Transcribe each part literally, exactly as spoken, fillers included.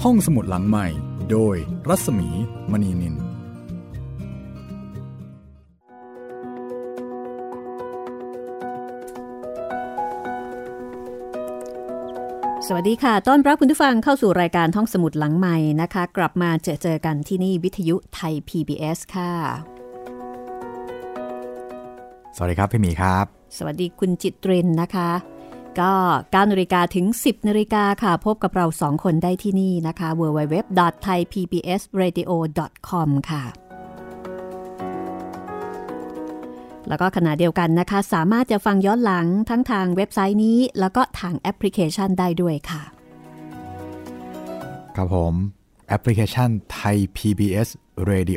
ห้องสมุดหลังใหม่โดยรัศมีมณีนินสวัสดีค่ะต้อนรับคุณผู้ฟังเข้าสู่รายการห้องสมุดหลังใหม่นะคะกลับมาเจอเจอกันที่นี่วิทยุไทย พี บี เอส ค่ะสวัสดีครับพี่หมีครับสวัสดีคุณจิตรินนะคะก็เก้านาฬิกาถึงสิบนาฬิกาค่ะพบกับเราสองคนได้ที่นี่นะคะ ดับเบิลยู ดับเบิลยู ดับเบิลยู ดอท ไทย พี บี เอส เรดิโอ ดอท คอม ค่ะแล้วก็ขณะเดียวกันนะคะสามารถจะฟังย้อนหลังทั้งทางเว็บไซต์นี้แล้วก็ทางแอปพลิเคชันได้ด้วยค่ะครับผมแอปพลิเคชันไทย พี บี เอส Radio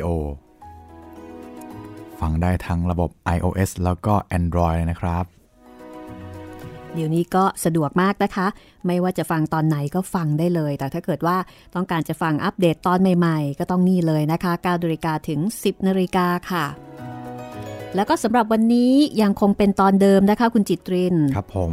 ฟังได้ทั้งระบบ iOS แล้วก็ Android นะครับเดี๋ยวนี้ก็สะดวกมากนะคะไม่ว่าจะฟังตอนไหนก็ฟังได้เลยแต่ถ้าเกิดว่าต้องการจะฟังอัปเดตตอนใหม่ๆก็ต้องนี่เลยนะคะเก้านาฬิกาถึงสิบนาฬิกาค่ะแล้วก็สำหรับวันนี้ยังคงเป็นตอนเดิมนะคะคุณจิตรินครับผม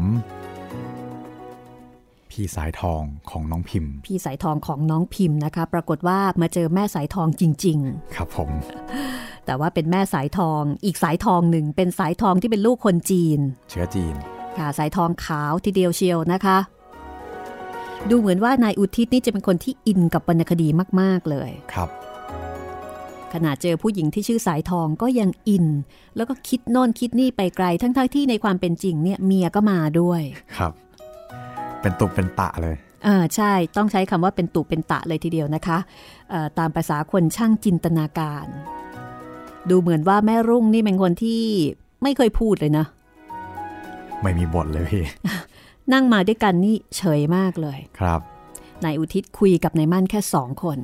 พี่สายทองของน้องพิมพ์พี่สายทองของน้องพิมพ์นะคะปรากฏว่ามาเจอแม่สายทองจริงๆครับผมแต่ว่าเป็นแม่สายทองอีกสายทองหนึ่งเป็นสายทองที่เป็นลูกคนจีนเชื้อจีนค่ะสายทองขาวทีเดียวเชียวนะคะดูเหมือนว่านายอุทิศนี่จะเป็นคนที่อินกับวรรณคดีมากๆเลยครับขณะเจอผู้หญิงที่ชื่อสายทองก็ยังอินแล้วก็คิดโน่นคิดนี่ไปไกลทั้งๆ ท, ที่ในความเป็นจริงเนี่ยเมียก็มาด้วยครับเป็นตุเป็นตะเลยอ่าใช่ต้องใช้คำว่าเป็นตุเป็นตะเลยทีเดียวนะคะตามภาษาคนช่างจินตนาการดูเหมือนว่าแม่รุ่งนี่เป็นคนที่ไม่เคยพูดเลยนะไม่มีบทเลยพี่นั่งมาด้วยกันนี่เฉยมากเลยครับนายอุทิศคุยกับนายมั่นแค่สองคน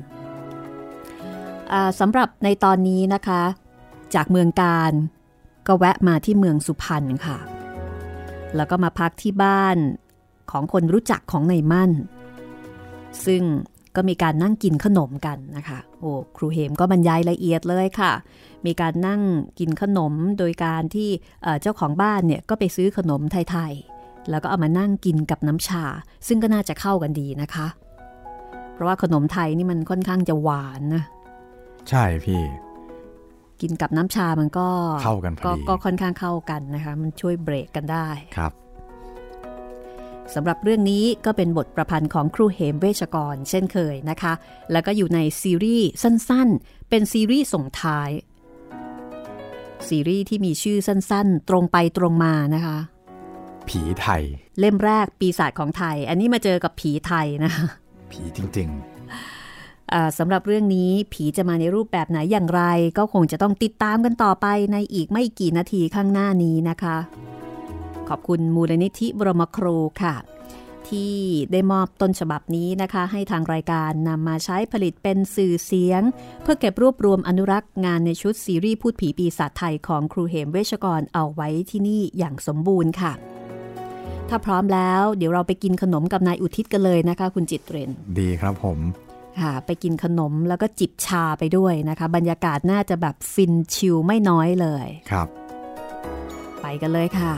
สำหรับในตอนนี้นะคะจากเมืองการก็แวะมาที่เมืองสุพรรณค่ะแล้วก็มาพักที่บ้านของคนรู้จักของนายมั่นซึ่งก็มีการนั่งกินขนมกันนะคะโอ้ครูเหมก็บรรยายละเอียดเลยค่ะมีการนั่งกินขนมโดยการที่เจ้าของบ้านเนี่ยก็ไปซื้อขนมไทยๆแล้วก็เอามานั่งกินกับน้ำชาซึ่งก็น่าจะเข้ากันดีนะคะเพราะว่าขนมไทยนี่มันค่อนข้างจะหวานนะใช่พี่กินกับน้ำชามันก็เข้ากันพอดีก็ค่อนข้างเข้ากันนะคะมันช่วยเบรกกันได้ครับสำหรับเรื่องนี้ก็เป็นบทประพันธ์ของครูเหมเวชกรเช่นเคยนะคะแล้วก็อยู่ในซีรีส์สั้นๆเป็นซีรีส์ส่งท้ายซีรีส์ที่มีชื่อสั้นๆตรงไปตรงมานะคะผีไทยเล่มแรกปีศาจของไทยอันนี้มาเจอกับผีไทยนะผีจริงๆสำหรับเรื่องนี้ผีจะมาในรูปแบบไหนอย่างไรก็คงจะต้องติดตามกันต่อไปในอีกไม่กี่นาทีข้างหน้านี้นะคะขอบคุณมูลนิธิบรมครูค่ะที่ได้มอบต้นฉบับนี้นะคะให้ทางรายการนำมาใช้ผลิตเป็นสื่อเสียงเพื่อเก็บรวบรวมอนุรักษ์งานในชุดซีรีส์พูดผีปีศาจไทยของครูเหมเวชกรเอาไว้ที่นี่อย่างสมบูรณ์ค่ะถ้าพร้อมแล้วเดี๋ยวเราไปกินขนมกับนายอุทิศกันเลยนะคะคุณจิตเรนดีครับผมค่ะไปกินขนมแล้วก็จิบชาไปด้วยนะคะบรรยากาศน่าจะแบบฟินชิลไม่น้อยเลยครับไปกันเลยค่ะ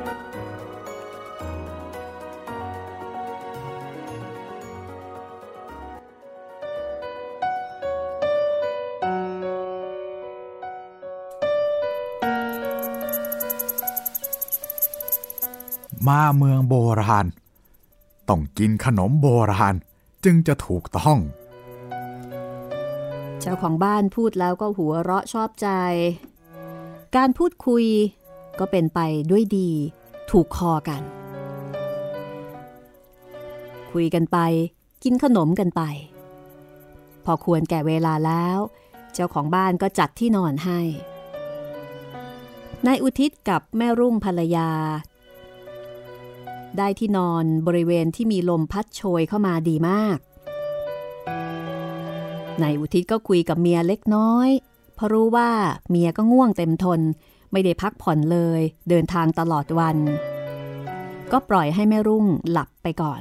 มาเมืองโบราณต้องกินขนมโบราณจึงจะถูกต้องเจ้าของบ้านพูดแล้วก็หัวเราะชอบใจการพูดคุยก็เป็นไปด้วยดีถูกคอกันคุยกันไปกินขนมกันไปพอควรแก่เวลาแล้วเจ้าของบ้านก็จัดที่นอนให้นายอุทิศกับแม่รุ่งภรรยาได้ที่นอนบริเวณที่มีลมพัดโชยเข้ามาดีมากนายอุทิศก็คุยกับเมียเล็กน้อยเพราะรู้ว่าเมียก็ง่วงเต็มทนไม่ได้พักผ่อนเลยเดินทางตลอดวันก็ปล่อยให้แม่รุ่งหลับไปก่อน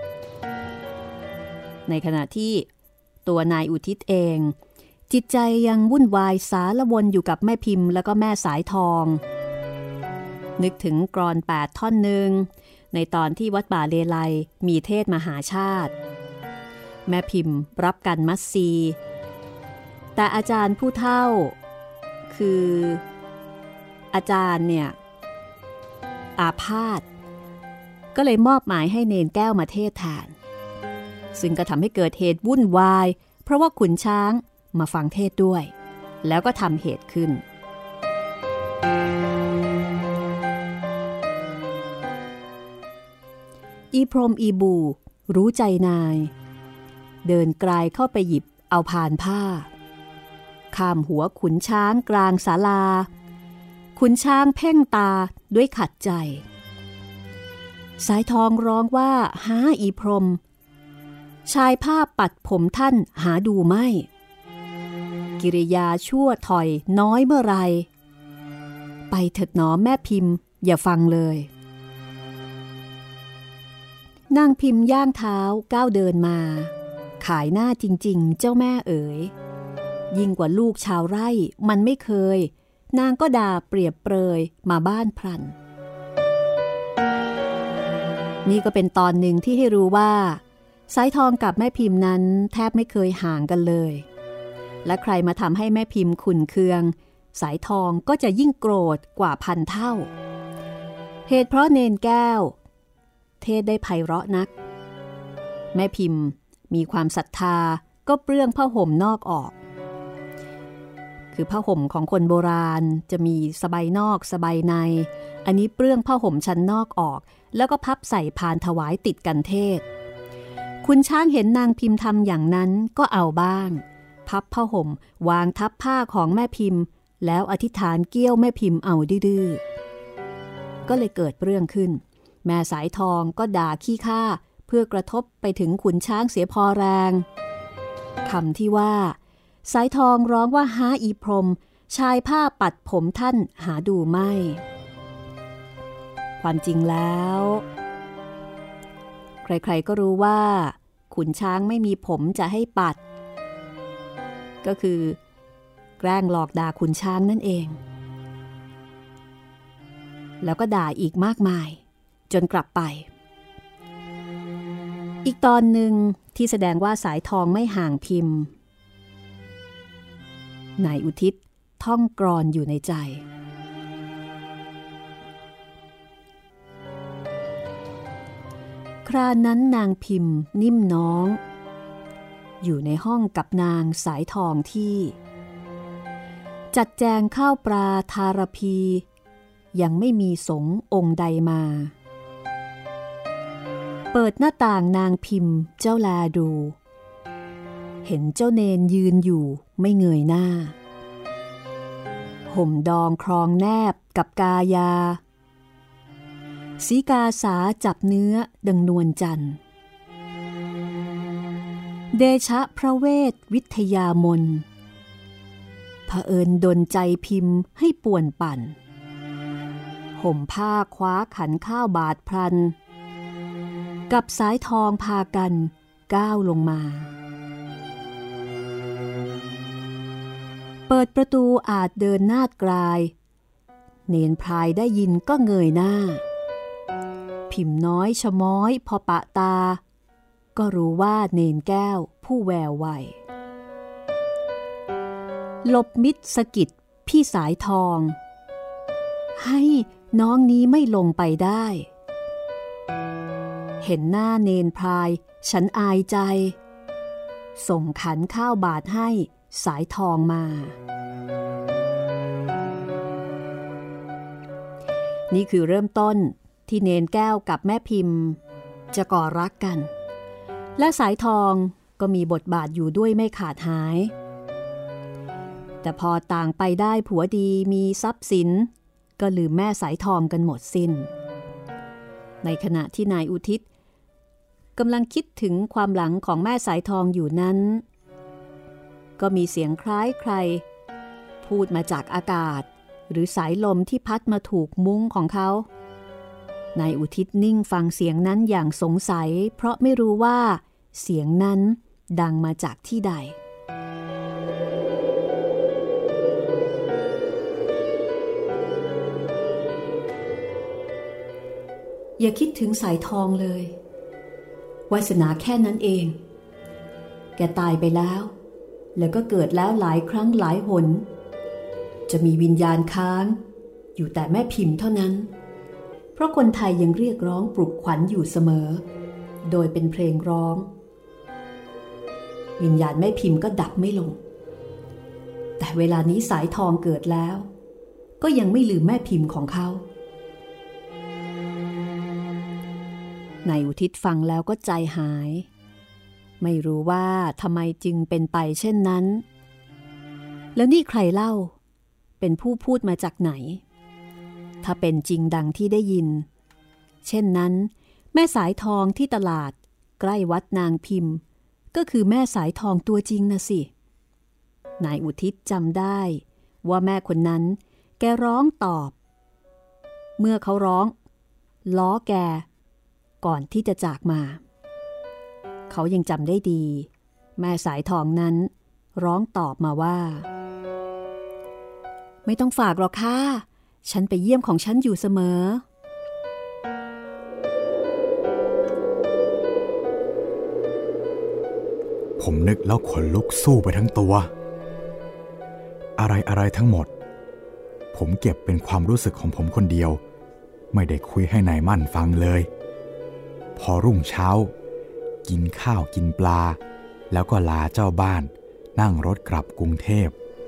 ในขณะที่ตัวนายอุทิศเองจิตใจยังวุ่นวายสารวนอยู่กับแม่พิมพ์แล้วก็แม่สายทองนึกถึงกลอนแปดท่อนหนึ่งในตอนที่วัดป่าเลไลมีเทศมหาชาติแม่พิมพ์รับการมัดซีแต่อาจารย์ผู้เฒ่าคืออาจารย์เนี่ยอาพาธก็เลยมอบหมายให้เนนแก้วมาเทศน์แทนซึ่งก็ทำให้เกิดเหตุวุ่นวายเพราะว่าขุนช้างมาฟังเทศน์ด้วยแล้วก็ทำเหตุขึ้นอีพรหมอีบูรู้ใจนายเดินไกลเข้าไปหยิบเอาพานผ้าข้ามหัวขุนช้างกลางศาลาขุนช้างเพ่งตาด้วยขัดใจสายทองร้องว่าหาอีพรหมชายผ้าปัดผมท่านหาดูไม่กิริยาชั่วถอยน้อยเมื่อไรไปเถิดหนอแม่พิมพ์อย่าฟังเลยนางพิมพ์ย่างเท้าก้าวเดินมาขายหน้าจริงๆเจ้าแม่เอ๋ยยิ่งกว่าลูกชาวไร่มันไม่เคยนางก็ด่าเปรียบเปรยมาบ้านพลันนี่ก็เป็นตอนหนึ่งที่ให้รู้ว่าสายทองกับแม่พิมพ์นั้นแทบไม่เคยห่างกันเลยและใครมาทำให้แม่พิมพ์ขุ่นเคืองสายทองก็จะยิ่งโกรธกว่าพันเท่าเหตุเพราะเนนแก้วเทศได้ไพเราะนักแม่พิมพ์มีความศรัทธาก็เปลื้องผ้าห่มนอกออกคือผ้าห่มของคนโบราณจะมีสบายนอกสบายในอันนี้เปลื้องผ้าห่มชั้นนอกออกแล้วก็พับใส่พานถวายติดกันเทศคุณช้างเห็นนางพิมพ์ทำอย่างนั้นก็เอาบ้างพับผ้าห่มวางทับผ้าของแม่พิมพ์แล้วอธิษฐานเกี้ยวแม่พิมพ์เอาดื้อๆก็เลยเกิดเรื่องขึ้นแม่สายทองก็ด่าขี้ข้าเพื่อกระทบไปถึงขุนช้างเสียพอแรงคำที่ว่าสายทองร้องว่าหาอีพรหมชายผ้าปัดผมท่านหาดูไม่ความจริงแล้วใครๆก็รู้ว่าขุนช้างไม่มีผมจะให้ปัดก็คือแกล้งหลอกด่าขุนช้างนั่นเองแล้วก็ด่าอีกมากมายจนกลับไปอีกตอนหนึ่งที่แสดงว่าสายทองไม่ห่างพิมพ์นายอุทิศท่องกรอนอยู่ในใจครานั้นนางพิมพ์นิ่มน้องอยู่ในห้องกับนางสายทองที่จัดแจงข้าวปลาทารพียังไม่มีสงฆ์องค์ใดมาเปิดหน้าต่างนางพิมพ์เจ้าแลดูเห็นเจ้าเนนยืนอยู่ไม่เงยหน้าห่มดองครองแนบกับกายาสีกาสาจับเนื้อดังนวลจันทร์เดชะพระเวทวิทยามนเผอิญดลใจพิมพ์ให้ป่วนปั่นห่มผ้าคว้าขันข้าวบาทพลันกับสายทองพากันก้าวลงมาเปิดประตูอาจเดินนาดกลายเนนพรายได้ยินก็เงยหน้าพิมพ์น้อยชะม้อยพอปะตาก็รู้ว่าเนนแก้วผู้แววไวหลบมิดสะกิดพี่สายทองให้น้องนี้ไม่ลงไปได้เห็นหน้าเนนพรายฉันอายใจส่งขันข้าวบาทให้สายทองมานี่คือเริ่มต้นที่เนนแก้วกับแม่พิมพ์จะก่อรักกันและสายทองก็มีบทบาทอยู่ด้วยไม่ขาดหายแต่พอต่างไปได้ผัวดีมีทรัพย์สินก็ลืมแม่สายทองกันหมดสิ้นในขณะที่นายอุทิศกำลังคิดถึงความหลังของแม่สายทองอยู่นั้นก็มีเสียงคล้ายใครพูดมาจากอากาศหรือสายลมที่พัดมาถูกมุ้งของเขานายอุทิศนิ่งฟังเสียงนั้นอย่างสงสัยเพราะไม่รู้ว่าเสียงนั้นดังมาจากที่ใดอย่าคิดถึงสายทองเลยวาสนาแค่นั้นเองแกตายไปแล้วแล้วก็เกิดแล้วหลายครั้งหลายหนจะมีวิญญาณค้างอยู่แต่แม่พิมพ์เท่านั้นเพราะคนไทยยังเรียกร้องปลุกขวัญอยู่เสมอโดยเป็นเพลงร้องวิญญาณแม่พิมพ์ก็ดับไม่ลงแต่เวลานี้สายทองเกิดแล้วก็ยังไม่ลืมแม่พิมพ์ของเขานายอุทิศฟังแล้วก็ใจหายไม่รู้ว่าทำไมจึงเป็นไปเช่นนั้นแล้วนี่ใครเล่าเป็นผู้พูดมาจากไหนถ้าเป็นจริงดังที่ได้ยินเช่นนั้นแม่สายทองที่ตลาดใกล้วัดนางพิมพ์ก็คือแม่สายทองตัวจริงนะสินายอุทิศจำได้ว่าแม่คนนั้นแกร้องตอบเมื่อเขาร้องล้อแกก่อนที่จะจากมาเขายังจำได้ดีแม่สายทองนั้นร้องตอบมาว่าไม่ต้องฝากหรอกค่ะฉันไปเยี่ยมของฉันอยู่เสมอผมนึกแล้วขนลุกสู้ไปทั้งตัวอะไรอะไรทั้งหมดผมเก็บเป็นความรู้สึกของผมคนเดียวไม่ได้คุยให้นายมั่นฟังเลยพอรุ่งเช้ากินข้าวกินปลาแล้วก็ลาเจ้าบ้านนั่งรถกลับกรุงเทพ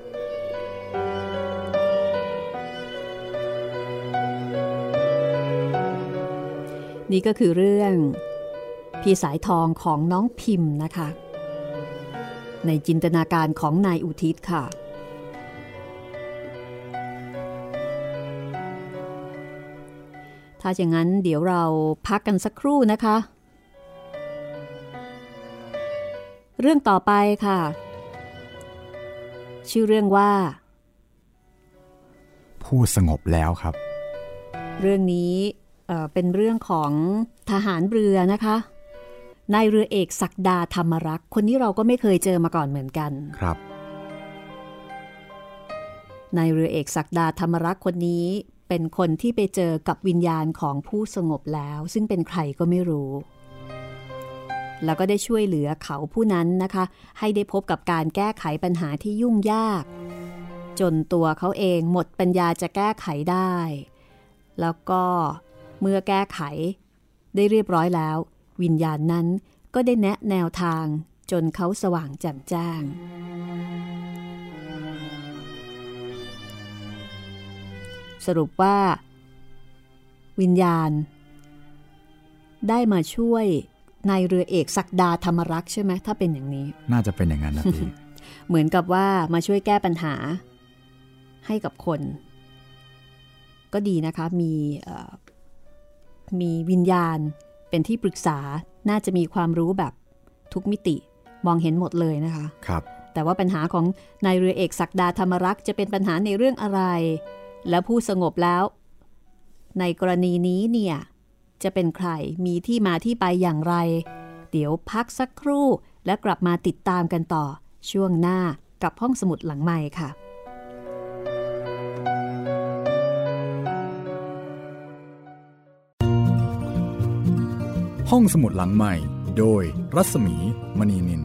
นี่ก็คือเรื่องพี่สายทองของน้องพิมพ์นะคะในจินตนาการของนายอุทิศค่ะถ้าอย่างนั้นเดี๋ยวเราพักกันสักครู่นะคะเรื่องต่อไปค่ะชื่อเรื่องว่าผู้สงบแล้วครับเรื่องนี้เอ่อเป็นเรื่องของทหารเรือนะคะนายเรือเอกศักดาธรรมรักษ์คนนี้เราก็ไม่เคยเจอมาก่อนเหมือนกันครับนายเรือเอกศักดาธรรมรักษ์คนนี้เป็นคนที่ไปเจอกับวิญญาณของผู้สงบแล้วซึ่งเป็นใครก็ไม่รู้แล้วก็ได้ช่วยเหลือเขาผู้นั้นนะคะให้ได้พบกับการแก้ไขปัญหาที่ยุ่งยากจนตัวเขาเองหมดปัญญาจะแก้ไขได้แล้วก็เมื่อแก้ไขได้เรียบร้อยแล้ววิญญาณนั้นก็ได้แนะแนวทางจนเขาสว่างแจ่มแจ้งสรุปว่าวิญญาณได้มาช่วยนายเรือเอกศักดาธรรมรักษ์ใช่ไหมถ้าเป็นอย่างนี้น่าจะเป็นอย่างนั้นนะพี่เหมือนกับว่ามาช่วยแก้ปัญหาให้กับคนก็ดีนะคะมีมีวิญญาณเป็นที่ปรึกษาน่าจะมีความรู้แบบทุกมิติมองเห็นหมดเลยนะคะครับแต่ว่าปัญหาของนายเรือเอกศักดาธรรมรักษ์จะเป็นปัญหาในเรื่องอะไรแล้วผู้สงบแล้วในกรณีนี้เนี่ยจะเป็นใครมีที่มาที่ไปอย่างไรเดี๋ยวพักสักครู่และกลับมาติดตามกันต่อช่วงหน้ากับห้องสมุดหลังไมค์ค่ะห้องสมุดหลังใหม่โดยรัศมีมณีนิน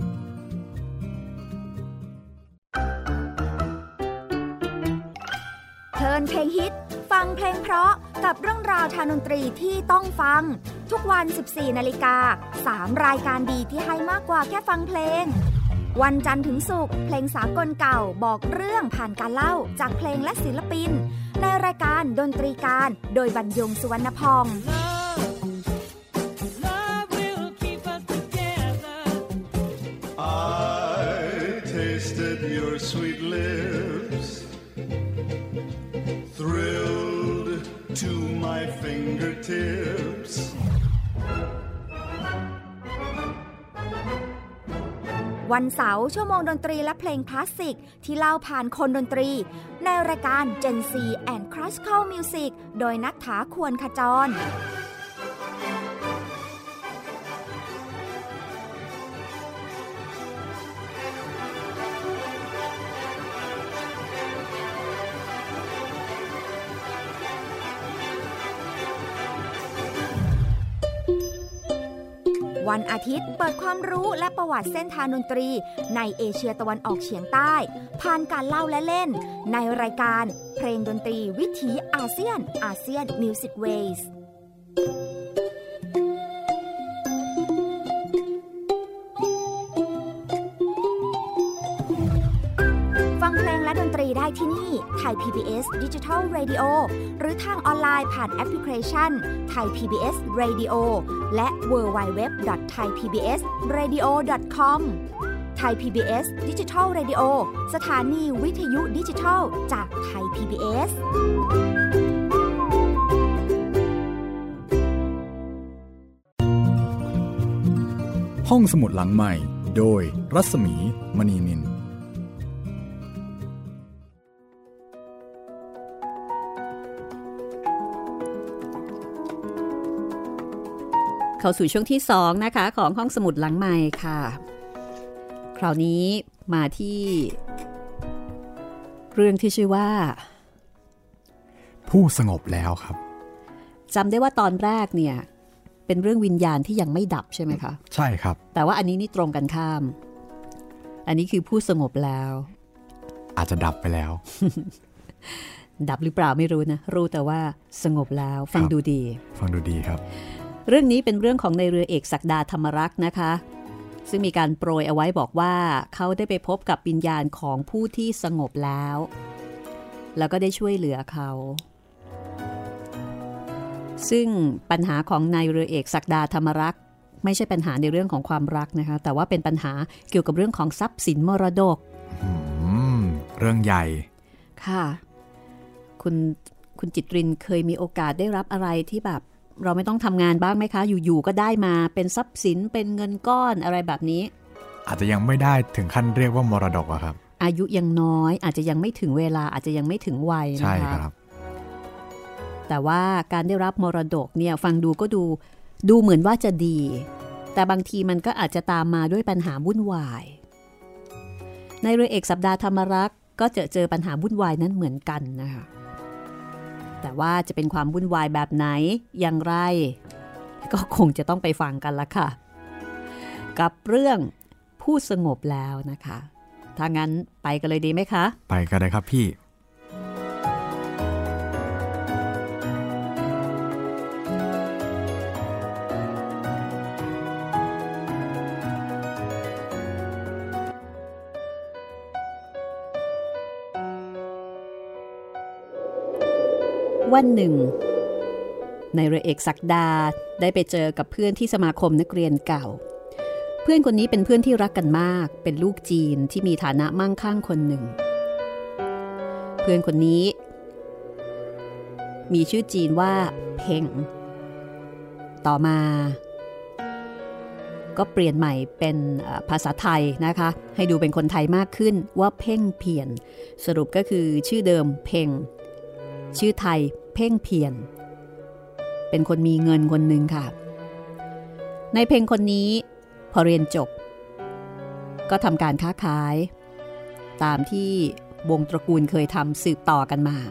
เทิร์นเพลงฮิตฟังเพลงเพราะกับเรื่องราวทางดนตรีที่ต้องฟังทุกวัน สิบสี่นาฬิกา สามรายการดีที่ให้มากกว่าแค่ฟังเพลงวันจันทร์ถึงศุกร์เพลงสากลเก่าบอกเรื่องผ่านการเล่าจากเพลงและศิลปินในรายการดนตรีการโดยบรรยงสุวรรณพอง Your sweet lips thrilled to my fingertips วันเสาร์ชั่วโมงดนตรีและเพลงคลาสสิกที่เล่าผ่านคนดนตรีในรายการ Gen ซี and Classical Music โดยณัฐฐา ควรขจรวันอาทิตย์เปิดความรู้และประวัติเส้นทางดนตรีในเอเชียตะวันออกเฉียงใต้ผ่านการเล่าและเล่นในรายการเพลงดนตรีวิถีอาเซียนอาเซียนมิวสิกเวย์ฟังเพลงและดนตรีได้ที่นี่ไทย พี บี เอส Digital Radio หรือทางออนไลน์ผ่านแอปพลิเคชัน Thai พี บี เอส Radio และ ดับเบิลยู ดับเบิลยู ดับเบิลยู ดอท ไทยพีบีเอสเรดิโอ ดอท คอม Thai พี บี เอส Digital Radio สถานีวิทยุดิจิทัลจากไทย พี บี เอสห้องสมุดหลังใหม่โดยรัศมีมณีนินเข้าสู่ช่วงที่สองนะคะของห้องสมุดหลังใหม่ค่ะคราวนี้มาที่เรื่องที่ชื่อว่าผู้สงบแล้วครับจำได้ว่าตอนแรกเนี่ยเป็นเรื่องวิญญาณที่ยังไม่ดับใช่ไหมคะใช่ครับแต่ว่าอันนี้นี่ตรงกันข้ามอันนี้คือผู้สงบแล้วอาจจะดับไปแล้วดับหรือเปล่าไม่รู้นะรู้แต่ว่าสงบแล้วฟังดูดีฟังดูดีครับเรื่องนี้เป็นเรื่องของในเรือเอกศักดาธรรมรักษ์นะคะซึ่งมีการโปรยเอาไว้บอกว่าเขาได้ไปพบกับวิญญาณของผู้ที่สงบแล้วแล้วก็ได้ช่วยเหลือเขาซึ่งปัญหาของนายเรือเอกศักดาธรรมรักษ์ไม่ใช่ปัญหาในเรื่องของความรักนะคะแต่ว่าเป็นปัญหาเกี่ยวกับเรื่องของทรัพย์สินมรดกเรื่องใหญ่ค่ะคุณคุณจิตรินเคยมีโอกาสได้รับอะไรที่แบบเราไม่ต้องทำงานบ้างไหมคะอยู่ๆก็ได้มาเป็นทรัพย์สินเป็นเงินก้อนอะไรแบบนี้อาจจะยังไม่ได้ถึงขั้นเรียกว่ามรดกอะครับอายุยังน้อยอาจจะยังไม่ถึงเวลาอาจจะยังไม่ถึงวัยนะคะใช่ครับแต่ว่าการได้รับมรดกเนี่ยฟังดูก็ดูดูเหมือนว่าจะดีแต่บางทีมันก็อาจจะตามมาด้วยปัญหาวุ่นวายในเรือเอกศักดาธรรมรักษ์ก็เจอเจอปัญหาวุ่นวายนั้นเหมือนกันนะคะแต่ว่าจะเป็นความวุ่นวายแบบไหนอย่างไรก็คงจะต้องไปฟังกันละค่ะกับเรื่องผู้สงบแล้วนะคะถ้างั้นไปกันเลยดีไหมคะไปกันเลยครับพี่วันหนึ่งในเรือเอกศักดาได้ไปเจอกับเพื่อนที่สมาคมนักเรียนเก่าเพื่อนคนนี้เป็นเพื่อนที่รักกันมากเป็นลูกจีนที่มีฐานะมั่งคั่งคนหนึ่งเพื่อนคนนี้มีชื่อจีนว่าเพ่งต่อมาก็เปลี่ยนใหม่เป็นภาษาไทยนะคะให้ดูเป็นคนไทยมากขึ้นว่าเพ่งเพียรสรุปก็คือชื่อเดิมเพ่งชื่อไทยเพ่งเพียรเป็นคนมีเงินคนหนึ่งค่ะในเพ่งคนนี้พอเรียนจบก็ทำการค้าขายตามที่วงตระกูลเคยทำสืบต่อกันมา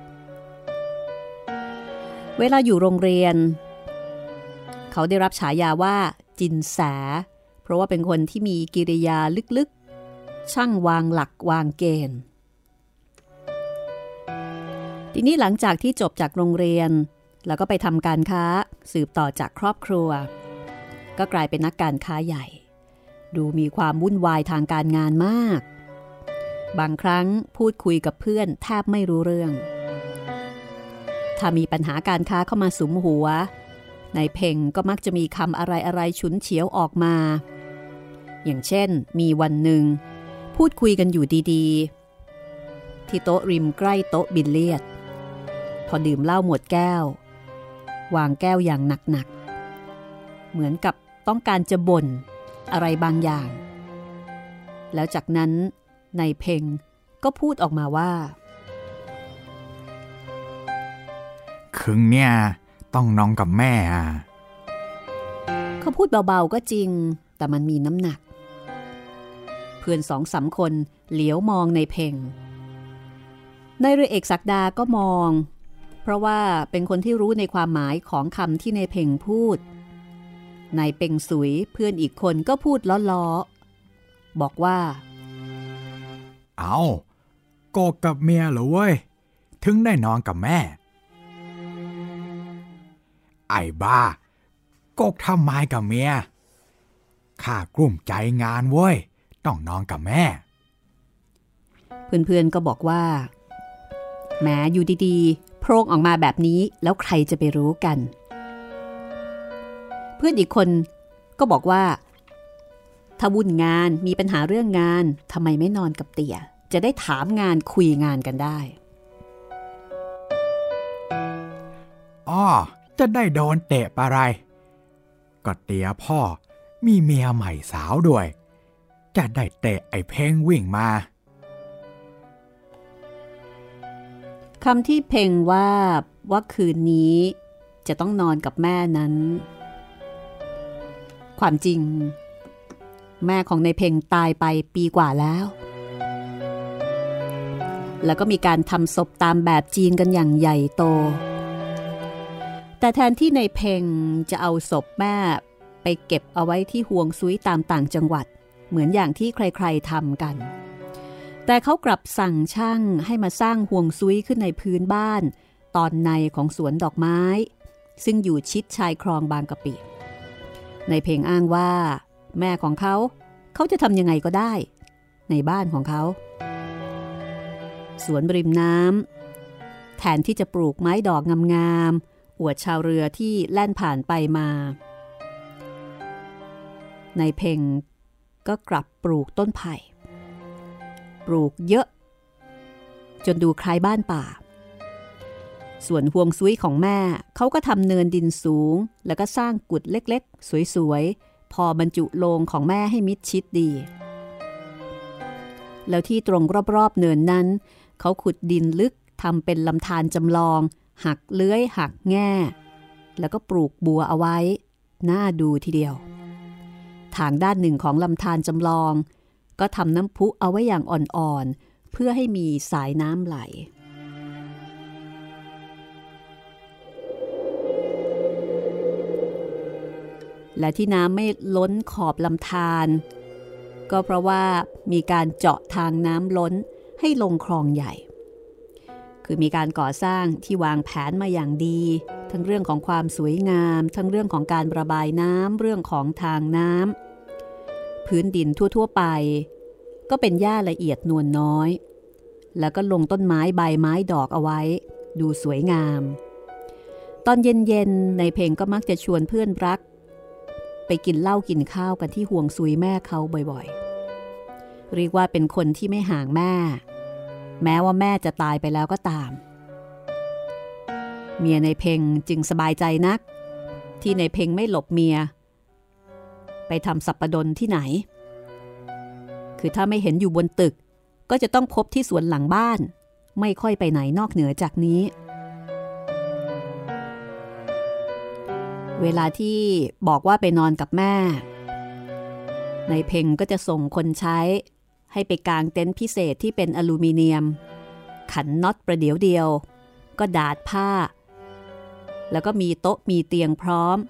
เวลาอยู่โรงเรียนเขาได้รับฉายาว่าจินแสเพราะว่าเป็นคนที่มีกิริยาลึกๆช่างวางหลักวางเกณฑ์ทีนี้หลังจากที่จบจากโรงเรียนแล้วก็ไปทำการค้าสืบต่อจากครอบครัวก็กลายเป็นนักการค้าใหญ่ดูมีความวุ่นวายทางการงานมากบางครั้งพูดคุยกับเพื่อนแทบไม่รู้เรื่องถ้ามีปัญหาการค้าเข้ามาสุมหัวนายเพ่งก็มักจะมีคำอะไรๆฉุนเฉียวออกมาอย่างเช่นมีวันหนึ่งพูดคุยกันอยู่ดีๆที่โต๊ะริมใกล้โต๊ะบิลเลียดพอดื่มเหล้าหมดแก้ววางแก้วอย่างหนักๆเหมือนกับต้องการจะบ่นอะไรบางอย่างแล้วจากนั้นนายเพ่งก็พูดออกมาว่าคึงเนี่ยต้องน้องกับแม่อ่ะเขาพูดเบาๆก็จริงแต่มันมีน้ำหนักเพื่อนสองสามคนเหลียวมองนายเพ่งนายเรือเอกศักดาก็มองเพราะว่าเป็นคนที่รู้ในความหมายของคำที่นายเพ่งพูดนายเป็งสุยเพื่อนอีกคนก็พูดล้อๆบอกว่าเอาโกกกับเมียเหรอเว้ยถึงได้นอนกับแม่ไอ้บ้าโกกทำไมกับเมียข้ากลุ้มใจงานเว้ยต้องนอนกับแม่เพื่อนๆก็บอกว่าแหมอยู่ดีๆโพร่งออกมาแบบนี้แล้วใครจะไปรู้กันเพื่อนอีกคนก็บอกว่าถ้าวุ่นงานมีปัญหาเรื่องงานทำไมไม่นอนกับเตี่ยจะได้ถามงานคุยงานกันได้อ้อจะได้โดนเตะปะไรก็เตี่ยพ่อมีเมียใหม่สาวด้วยจะได้เตะไอ้เพ่งวิ่งมาคำที่เพ่งว่าว่าคืนนี้จะต้องนอนกับแม่นั้นความจริงแม่ของนายเพ่งตายไปปีกว่าแล้วแล้วก็มีการทำศพตามแบบจีนกันอย่างใหญ่โตแต่แทนที่นายเพ่งจะเอาศพแม่ไปเก็บเอาไว้ที่ห่วงซุยตามต่างจังหวัดเหมือนอย่างที่ใครๆทำกันแต่เขากลับสั่งช่างให้มาสร้างห่วงซุยขึ้นในพื้นบ้านตอนในของสวนดอกไม้ซึ่งอยู่ชิดชายคลองบางกะปินายเพ่งอ้างว่าแม่ของเขาเขาจะทำยังไงก็ได้ในบ้านของเขาสวนริมน้ำแทนที่จะปลูกไม้ดอกงามๆอวดชาวเรือที่แล่นผ่านไปมานายเพ่งก็กลับปลูกต้นไผ่ปลูกเยอะจนดูคล้ายบ้านป่าส่วนห่วงซุยของแม่เขาก็ทำเนินดินสูงแล้วก็สร้างกุฏเล็กๆสวยๆพอบรรจุโลงของแม่ให้มิดชิดดีแล้วที่ตรงรอบๆเนินนั้นเขาขุดดินลึกทำเป็นลำธารจำลองหักเลื้อยหักแง่แล้วก็ปลูกบัวเอาไว้น่าดูทีเดียวทางด้านหนึ่งของลำธารจำลองก็ทำน้ำพุเอาไว้อย่างอ่อนๆเพื่อให้มีสายน้ำไหลและที่น้ำไม่ล้นขอบลำธารก็เพราะว่ามีการเจาะทางน้ำล้นให้ลงคลองใหญ่คือมีการก่อสร้างที่วางแผนมาอย่างดีทั้งเรื่องของความสวยงามทั้งเรื่องของการระบายน้ำเรื่องของทางน้ำพื้นดินทั่วๆไปก็เป็นหญ้าละเอียดนวลน้อยแล้วก็ลงต้นไม้ใบไม้ดอกเอาไว้ดูสวยงามตอนเย็นๆในเพลงก็มักจะชวนเพื่อนรักไปกินเหล้ากินข้าวกันที่ห่วงซุยแม่เขาบ่อยๆเรียกว่าเป็นคนที่ไม่ห่างแม่แม้ว่าแม่จะตายไปแล้วก็ตามเมียในเพ่งจึงสบายใจนักที่ในเพ่งไม่หลบเมียไปทำสัปปดนที่ไหนคือถ้าไม่เห็นอยู่บนตึกก็จะต้องพบที่สวนหลังบ้านไม่ค่อยไปไหนนอกเหนือจากนี้เวลาที่บอกว่าไปนอนกับแม่ในเพ่งก็จะส่งคนใช้ให้ไปกางเต็นท์พิเศษที่เป็นอลูมิเนียมขันน็อตประเดี๋ยวเดียวก็ดาดผ้าแล้วก็มีโต๊ะมีเตียงพร้อม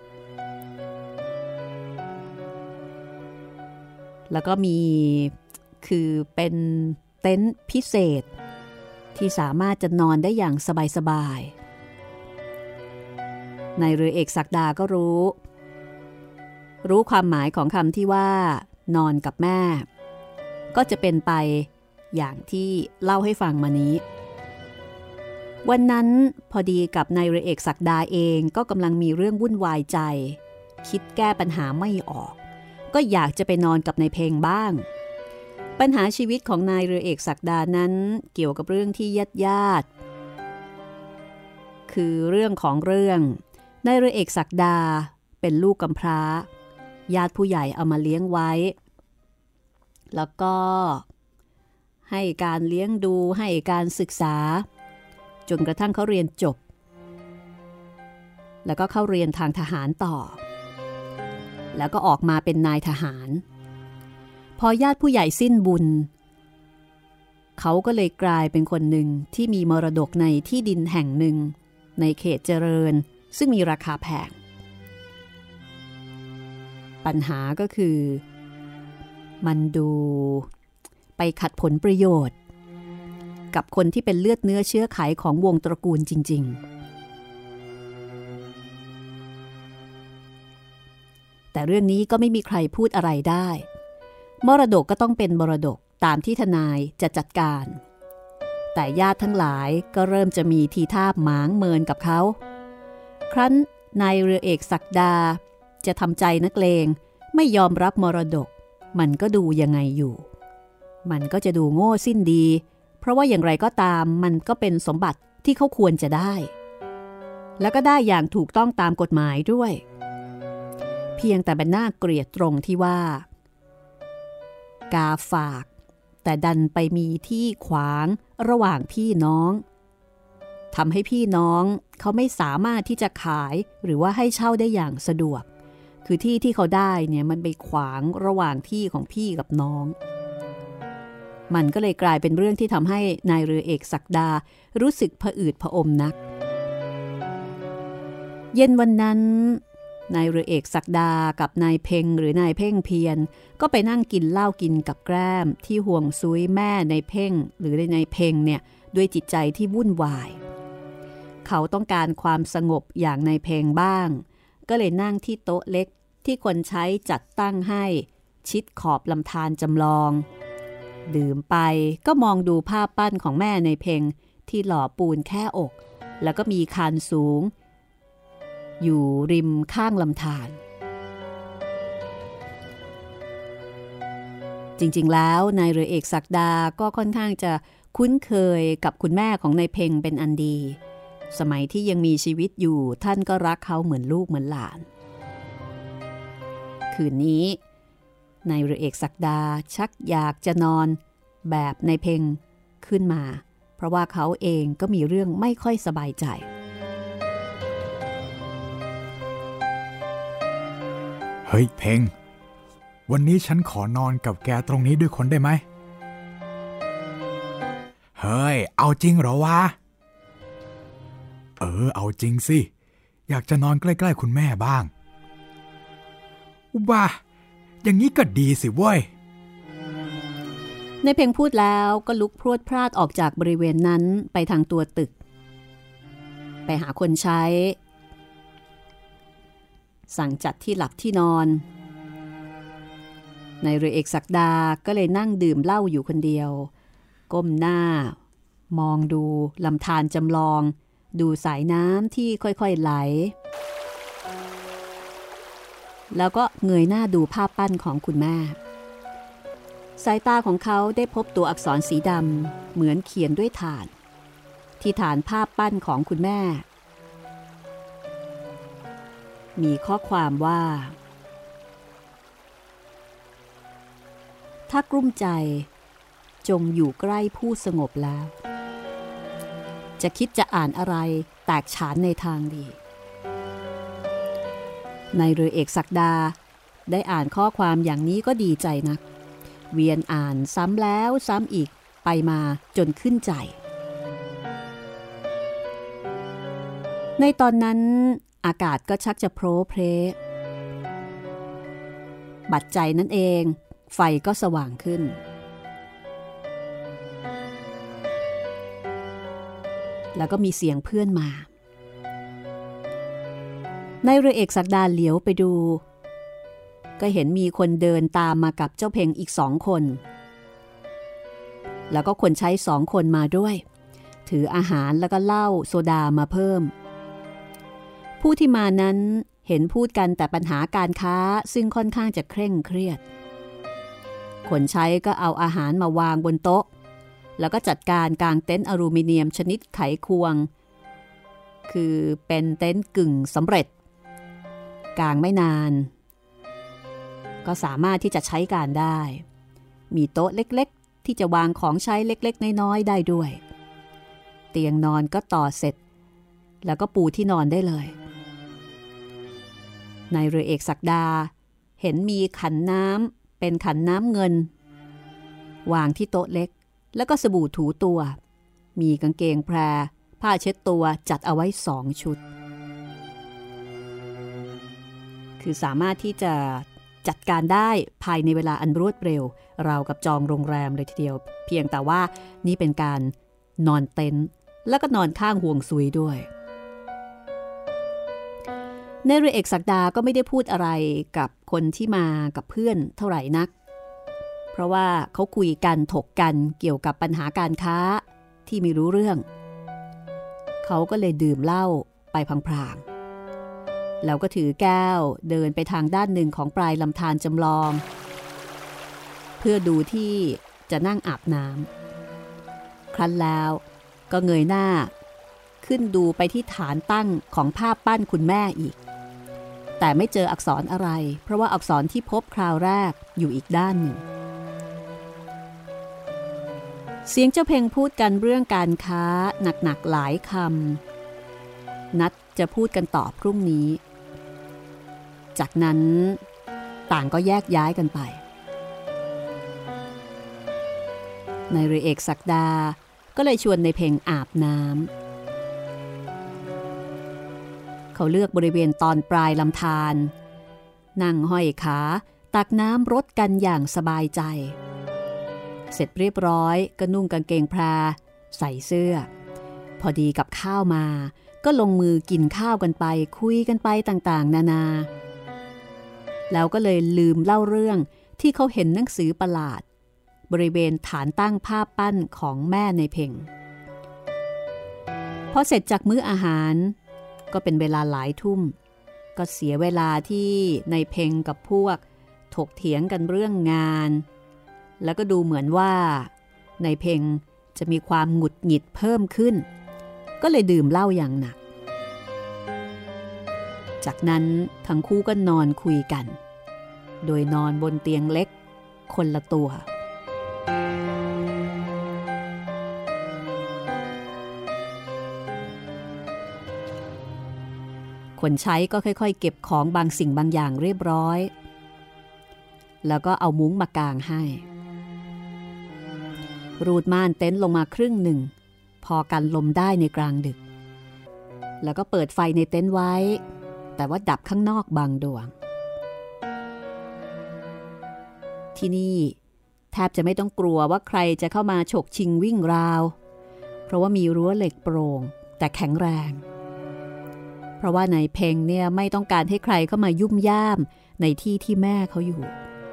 แล้วก็มีคือเป็นเต็นท์พิเศษที่สามารถจะนอนได้อย่างสบายๆนายเรือเอกศักดาก็รู้รู้ความหมายของคำที่ว่านอนกับแม่ก็จะเป็นไปอย่างที่เล่าให้ฟังมานี้วันนั้นพอดีกับนายเรือเอกศักดาเองก็กำลังมีเรื่องวุ่นวายใจคิดแก้ปัญหาไม่ออกก็อยากจะไปนอนกับนายเพลงบ้างปัญหาชีวิตของนายเรือเอกศักดานั้นเกี่ยวกับเรื่องที่ญาติญาติคือเรื่องของเรื่องนายเรือเอกศักดาเป็นลูกกำพร้าญาติผู้ใหญ่เอามาเลี้ยงไว้แล้วก็ให้การเลี้ยงดูให้การศึกษาจนกระทั่งเขาเรียนจบแล้วก็เข้าเรียนทางทหารต่อแล้วก็ออกมาเป็นนายทหารพอญาติผู้ใหญ่สิ้นบุญเขาก็เลยกลายเป็นคนหนึ่งที่มีมรดกในที่ดินแห่งหนึ่งในเขตเจริญซึ่งมีราคาแพงปัญหาก็คือมันดูไปขัดผลประโยชน์กับคนที่เป็นเลือดเนื้อเชื้อไขของวงตระกูลจริงๆแต่เรื่องนี้ก็ไม่มีใครพูดอะไรได้มรดกก็ต้องเป็นมรดกตามที่ทนายจะจัดการแต่ญาติทั้งหลายก็เริ่มจะมีทีท่าหมางเมินกับเขาครั้นนายเรือเอกศักดาจะทำใจนักเลงไม่ยอมรับมรดกมันก็ดูยังไงอยู่มันก็จะดูโง่สิ้นดีเพราะว่าอย่างไรก็ตามมันก็เป็นสมบัติที่เขาควรจะได้แล้วก็ได้อย่างถูกต้องตามกฎหมายด้วยเพียงแต่เป็นหน้าเกลียดตรงที่ว่ากาฝากแต่ดันไปมีที่ขวางระหว่างพี่น้องทำให้พี่น้องเขาไม่สามารถที่จะขายหรือว่าให้เช่าได้อย่างสะดวกคือที่ที่เขาได้เนี่ยมันไปขวางระหว่างที่ของพี่กับน้องมันก็เลยกลายเป็นเรื่องที่ทำให้นายเรือเอกศักดารู้สึกผะอืดผะอมนักเย็นวันนั้นนายเรือเอกศักดากับนายเพ็งหรือนายเพ่งเพียรก็ไปนั่งกินเหล้ากินกับแกล้มที่ห่วงซุยแม่นายเพ่งหรือในายเพ็งเนี่ยด้วยจิตใจที่วุ่นวายเขาต้องการความสงบอย่างนายเพ็งบ้างก็เลยนั่งที่โต๊ะเล็กที่คนใช้จัดตั้งให้ชิดขอบลำธารจำลองดื่มไปก็มองดูภาพปั้นของแม่นายเพ็งที่หล่อปูนแค่อกแล้วก็มีคานสูงอยู่ริมข้างลำธารจริงๆแล้วนายเรือเอกศักดาก็ค่อนข้างจะคุ้นเคยกับคุณแม่ของนายเพ็งเป็นอันดีสมัยที่ยังมีชีวิตอยู่ท่านก็รักเขาเหมือนลูกเหมือนหลานคืนนี้นายเรือเอกศักดาชักอยากจะนอนแบบนายเพ็งขึ้นมาเพราะว่าเขาเองก็มีเรื่องไม่ค่อยสบายใจเฮ้ยเพ็งวันนี้ฉันขอนอนกับแกตรงนี้ด้วยคนได้ไหมเฮ้ยเอาจริงเหรอวะเออเอาจริงสิอยากจะนอนใกล้ๆคุณแม่บ้างอุบ้าอย่างนี้ก็ดีสิเว้ยในเพ็งพูดแล้วก็ลุกพรวดพลาดออกจากบริเวณนั้นไปทางตัวตึกไปหาคนใช้สั่งจัดที่หลับที่นอนนายเรือเอกศักดาก็เลยนั่งดื่มเหล้าอยู่คนเดียวก้มหน้ามองดูลำธารจำลองดูสายน้ำที่ค่อยๆไหลแล้วก็เงยหน้าดูภาพปั้นของคุณแม่สายตาของเขาได้พบตัวอักษรสีดำเหมือนเขียนด้วยถ่านที่ฐานภาพปั้นของคุณแม่มีข้อความว่าถ้ากลุ้มใจจงอยู่ใกล้ผู้สงบแล้วจะคิดจะอ่านอะไรแตกฉานในทางดีนายเรือเอกศักดาได้อ่านข้อความอย่างนี้ก็ดีใจนักเวียนอ่านซ้ำแล้วซ้ำอีกไปมาจนขึ้นใจในตอนนั้นอากาศก็ชักจะโพร่เพลบัดใจนั่นเองไฟก็สว่างขึ้นแล้วก็มีเสียงเพื่อนมานายเรือเอกศักดาเหลียวไปดูก็เห็นมีคนเดินตามมากับเจ้าเพ็งอีกสองคนแล้วก็คนใช้สองคนมาด้วยถืออาหารแล้วก็เหล้าโซดามาเพิ่มผู้ที่มานั้นเห็นพูดกันแต่ปัญหาการค้าซึ่งค่อนข้างจะเคร่งเครียดคนใช้ก็เอาอาหารมาวางบนโต๊ะแล้วก็จัดการกางเต็นท์อลูมิเนียมชนิดไขควงคือเป็นเต็นท์กึ่งสำเร็จกางไม่นานก็สามารถที่จะใช้การได้มีโต๊ะเล็กๆที่จะวางของใช้เล็กๆน้อยๆได้ด้วยเตียงนอนก็ต่อเสร็จแล้วก็ปูที่นอนได้เลยนายเรือเอกศักดาเห็นมีขันน้ำเป็นขันน้ำเงินวางที่โต๊ะเล็กแล้วก็สบู่ถูตัวมีกางเกงแพรผ้าเช็ดตัวจัดเอาไว้สองชุดคือสามารถที่จะจัดการได้ภายในเวลาอันรวดเร็วราวกับจองโรงแรมเลยทีเดียวเพียงแต่ว่านี่เป็นการนอนเต็นท์แล้วก็นอนข้างห่วงซุยด้วยในเรือเอกศักดาก็ไม่ได้พูดอะไรกับคนที่มากับเพื่อนเท่าไหร่นักเพราะว่าเขาคุยกันถกกันเกี่ยวกับปัญหาการค้าที่ไม่รู้เรื่องเขาก็เลยดื่มเหล้าไปพลางๆแล้วก็ถือแก้วเดินไปทางด้านหนึ่งของปลายลำธารจำลองเพื่อดูที่จะนั่งอาบน้ำครั้นแล้วก็เงยหน้าขึ้นดูไปที่ฐานตั้งของภาพปั้นคุณแม่อีกแต่ไม่เจออักษรอะไรเพราะว่าอักษรที่พบคราวแรกอยู่อีกด้านหนึ่งเสียงเจ้าเพ่งพูดกันเรื่องการค้าหนักๆหลายคำนัดจะพูดกันต่อพรุ่งนี้จากนั้นต่างก็แยกย้ายกันไปนายเรือเอกศักดาก็เลยชวนในเพ่งอาบน้ำเขาเลือกบริเวณตอนปลายลำธารนั่งห้อยขาตักน้ำรดกันอย่างสบายใจเสร็จเรียบร้อยก็นุ่งกางเกงแพรใส่เสื้อพอดีกับข้าวมาก็ลงมือกินข้าวกันไปคุยกันไปต่างๆนานาแล้วก็เลยลืมเล่าเรื่องที่เขาเห็นหนังสือประหลาดบริเวณฐานตั้งภาพปั้นของแม่ในเพ่งพอเสร็จจากมื้ออาหารก็เป็นเวลาหลายทุ่มก็เสียเวลาที่ในเพ่งกับพวกถกเถียงกันเรื่องงานแล้วก็ดูเหมือนว่าในเพ่งจะมีความหงุดหงิดเพิ่มขึ้นก็เลยดื่มเหล้าอย่างหนักจากนั้นทั้งคู่ก็นอนคุยกันโดยนอนบนเตียงเล็กคนละตัวคนใช้ก็ค่อยๆเก็บของบางสิ่งบางอย่างเรียบร้อยแล้วก็เอามุ้งมากางให้รูดม่านเต็นท์ลงมาครึ่งหนึ่งพอกันลมได้ในกลางดึกแล้วก็เปิดไฟในเต็นท์ไว้แต่ว่าดับข้างนอกบางดวงที่นี่แทบจะไม่ต้องกลัวว่าใครจะเข้ามาฉกชิงวิ่งราวเพราะว่ามีรั้วเหล็กโปร่งแต่แข็งแรงเพราะว่านายเพ่งเนี่ยไม่ต้องการให้ใครเข้ามายุ่มย่ามในที่ที่แม่เขาอยู่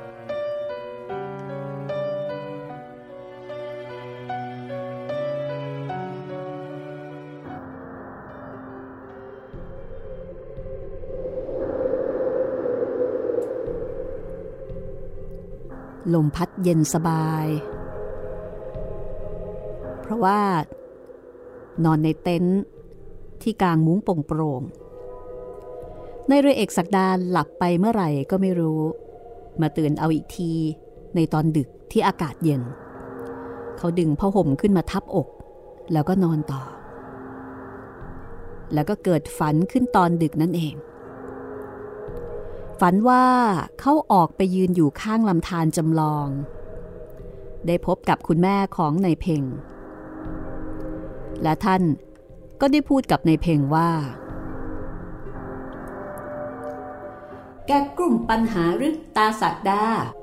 ลมพัดเย็นสบายเพราะว่านอนในเต็นท์ที่กลางมุ้งโปร่งๆในเรือเอกศักดาหลับไปเมื่อไหร่ก็ไม่รู้มาตื่นเอาอีกทีในตอนดึกที่อากาศเย็นเขาดึงผ้าห่มขึ้นมาทับอกแล้วก็นอนต่อแล้วก็เกิดฝันขึ้นตอนดึกนั่นเองฝันว่าเขาออกไปยืนอยู่ข้างลำธารจำลองได้พบกับคุณแม่ของนายเพ่งและท่านก็ได้พูดกับนายเพ่งว่าแกกลุ่มปัญหาหรือตาศักดา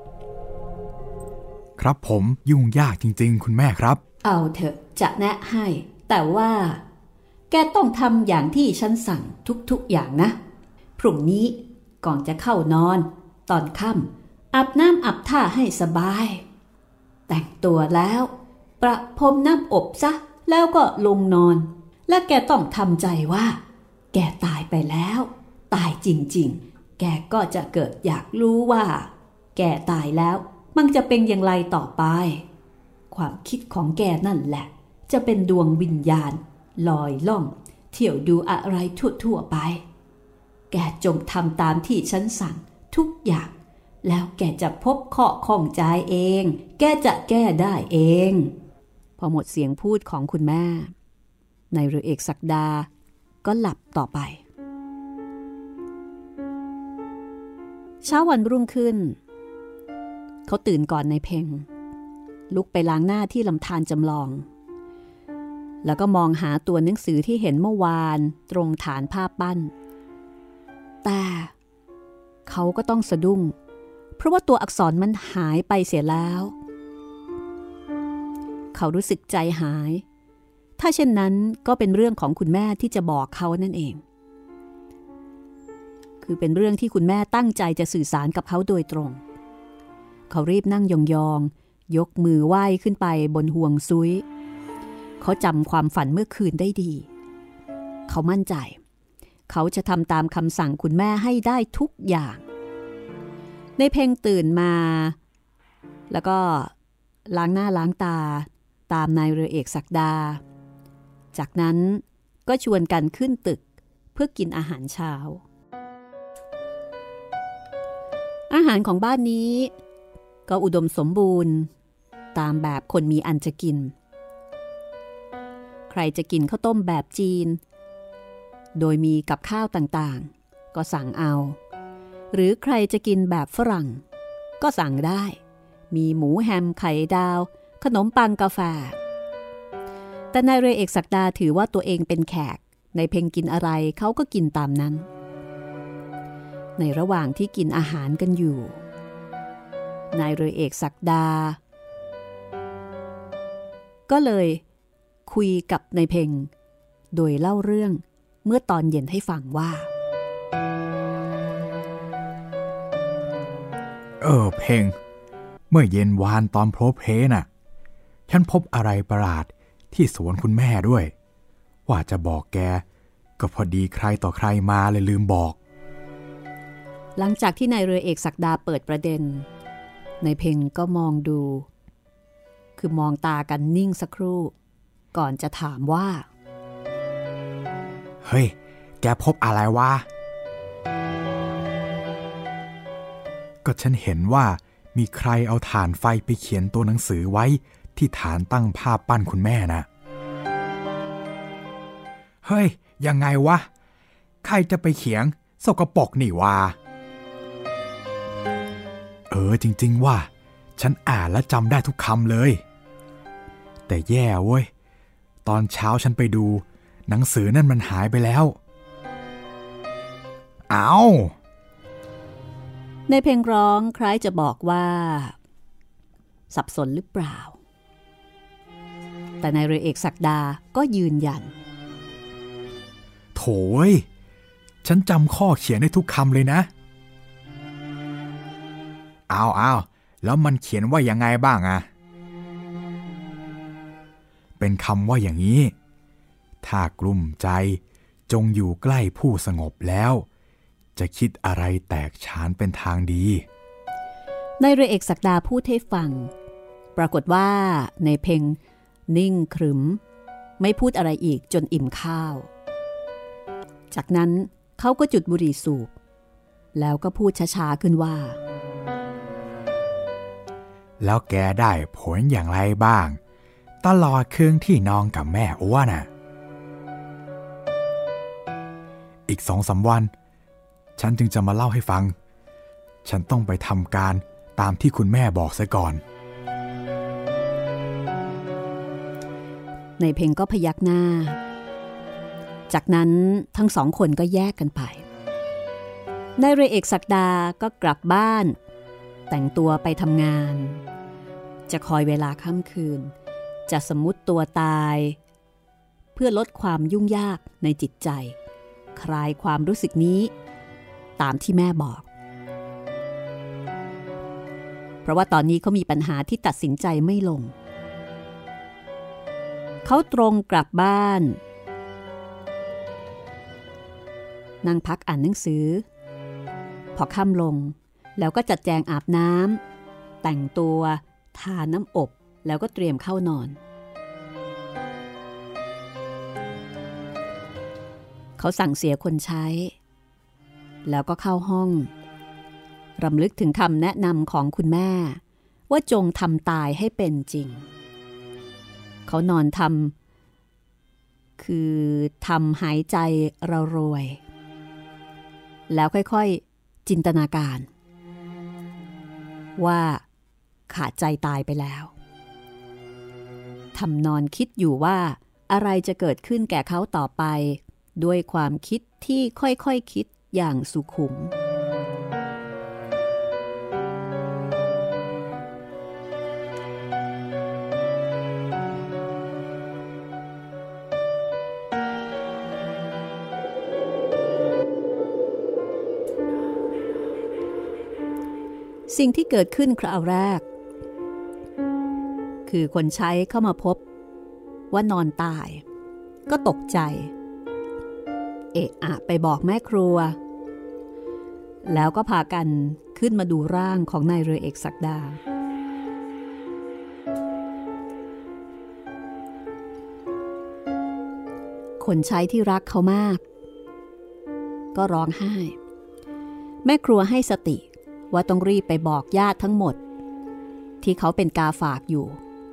ครับผมยุ่งยากจริงๆคุณแม่ครับเอาเถอะจะแนะให้แต่ว่าแกต้องทำอย่างที่ฉันสั่งทุกๆอย่างนะพรุ่งนี้ก่อนจะเข้านอนตอนค่ำอาบน้ำอาบท่าให้สบายแต่งตัวแล้วประพรมน้ำอบซะแล้วก็ลงนอนและแกต้องทำใจว่าแกตายไปแล้วตายจริงๆแกก็จะเกิดอยากรู้ว่าแกตายแล้วมันจะเป็นอย่างไรต่อไปความคิดของแกนั่นแหละจะเป็นดวงวิญญาณลอยล่องเที่ยวดูอะไรทั่วๆไปแกจงทำตามที่ฉันสั่งทุกอย่างแล้วแกจะพบข้อข้องใจเองแกจะแก้ได้เองพอหมดเสียงพูดของคุณแม่นายเรือเอกศักดาก็หลับต่อไปเช้าวันรุ่งขึ้นเขาตื่นก่อนนายเพ่งลุกไปล้างหน้าที่ลำธารจำลองแล้วก็มองหาตัวหนังสือที่เห็นเมื่อวานตรงฐานภาพปั้นแต่เขาก็ต้องสะดุ้งเพราะว่าตัวอักษรมันหายไปเสียแล้วเขารู้สึกใจหายถ้าเช่นนั้นก็เป็นเรื่องของคุณแม่ที่จะบอกเขานั่นเองคือเป็นเรื่องที่คุณแม่ตั้งใจจะสื่อสารกับเขาโดยตรงเขารีบนั่งยองๆยกมือไหว้ขึ้นไปบนห่วงซุยเขาจำความฝันเมื่อคืนได้ดีเขามั่นใจเขาจะทำตามคำสั่งคุณแม่ให้ได้ทุกอย่างในเพ่งตื่นมาแล้วก็ล้างหน้าล้างตาตามนายเรือเอกศักดาจากนั้นก็ชวนกันขึ้นตึกเพื่อกินอาหารเช้าอาหารของบ้านนี้ก็อุดมสมบูรณ์ตามแบบคนมีอันจะกินใครจะกินข้าวต้มแบบจีนโดยมีกับข้าวต่างๆก็สั่งเอาหรือใครจะกินแบบฝรั่งก็สั่งได้มีหมูแฮมไข่ดาวขนมปังกาแฟแต่นายเรือเอกศักดาถือว่าตัวเองเป็นแขกในเพ่งกินอะไรเขาก็กินตามนั้นในระหว่างที่กินอาหารกันอยู่นายเรือเอกศักดาก็เลยคุยกับนายเพ่งโดยเล่าเรื่องเมื่อตอนเย็นให้ฟังว่าเออเพ่งเมื่อเย็นวานตอนโพลเพลน่ะฉันพบอะไรประหลาดที่สวนคุณแม่ด้วยว่าจะบอกแกก็พอดีใครต่อใครมาเลยลืมบอกหลังจากที่นายเรือเอกศักดาเปิดประเด็นนายเพ่งก็มองดูคือมองตากันนิ่งสักครู่ก่อนจะถามว่าเฮ้ยแกพบอะไรวะก็ฉันเห็นว่ามีใครเอาถ่านไฟไปเขียนตัวหนังสือไว้ที่ฐานตั้งภาพปั้นคุณแม่นะเฮ้ยยังไงวะใครจะไปเขียนสกปรกนี่วะเออจริงๆว่าฉันอ่านและจำได้ทุกคำเลยแต่แย่เว้ยตอนเช้าฉันไปดูหนังสือนั่นมันหายไปแล้วอ้าวในเพลงร้องคล้ายจะบอกว่าสับสนหรือเปล่าแต่นายเรือเอกศักดาก็ยืนยันโถ่เว้ยฉันจำข้อเขียนได้ทุกคำเลยนะอ้าวอ้าวแล้วมันเขียนว่ายังไงบ้างอะเป็นคำว่าอย่างนี้ถ้ากลุ้มใจจงอยู่ใกล้ผู้สงบแล้วจะคิดอะไรแตกฉานเป็นทางดีนายเรือเอกศักดาพูดให้ฟังปรากฏว่าในเพ่งนิ่งขรึมไม่พูดอะไรอีกจนอิ่มข้าวจากนั้นเขาก็จุดบุหรี่สูบแล้วก็พูดช้าๆขึ้นว่าแล้วแกได้ผลอย่างไรบ้างตลอดคืนที่นอนกับแม่อ้วนน่ะอีกสองสามวันฉันจึงจะมาเล่าให้ฟังฉันต้องไปทำการตามที่คุณแม่บอกซะก่อนในเพ่งก็พยักหน้าจากนั้นทั้งสองคนก็แยกกันไปนายเรือเอกศักดาก็กลับบ้านแต่งตัวไปทำงานจะคอยเวลาค่ำคืนจะสมมุติตัวตายเพื่อลดความยุ่งยากในจิตใจคลายความรู้สึกนี้ตามที่แม่บอกเพราะว่าตอนนี้เขามีปัญหาที่ตัดสินใจไม่ลงเขาตรงกลับบ้านนั่งพักอ่านหนังสือพอค่ำลงแล้วก็จัดแจงอาบน้ำแต่งตัวทาน้ำอบแล้วก็เตรียมเข้านอนเขาสั่งเสียคนใช้แล้วก็เข้าห้องรำลึกถึงคำแนะนำของคุณแม่ว่าจงทำตายให้เป็นจริงเขานอนทำคือทำหายใจระรวยแล้วค่อยๆจินตนาการว่าขาดใจตายไปแล้วทำนอนคิดอยู่ว่าอะไรจะเกิดขึ้นแก่เขาต่อไปด้วยความคิดที่ค่อยๆ ค, คิดอย่างสุขุมสิ่งที่เกิดขึ้นคราวแรกคือคนใช้เข้ามาพบว่านอนตายก็ตกใจเอะอะไปบอกแม่ครัวแล้วก็พากันขึ้นมาดูร่างของนายเรือเอกศักดาคนใช้ที่รักเขามากก็ร้องไห้แม่ครัวให้สติว่าต้องรีบไปบอกญาติทั้งหมดที่เขาเป็นกาฝากอยู่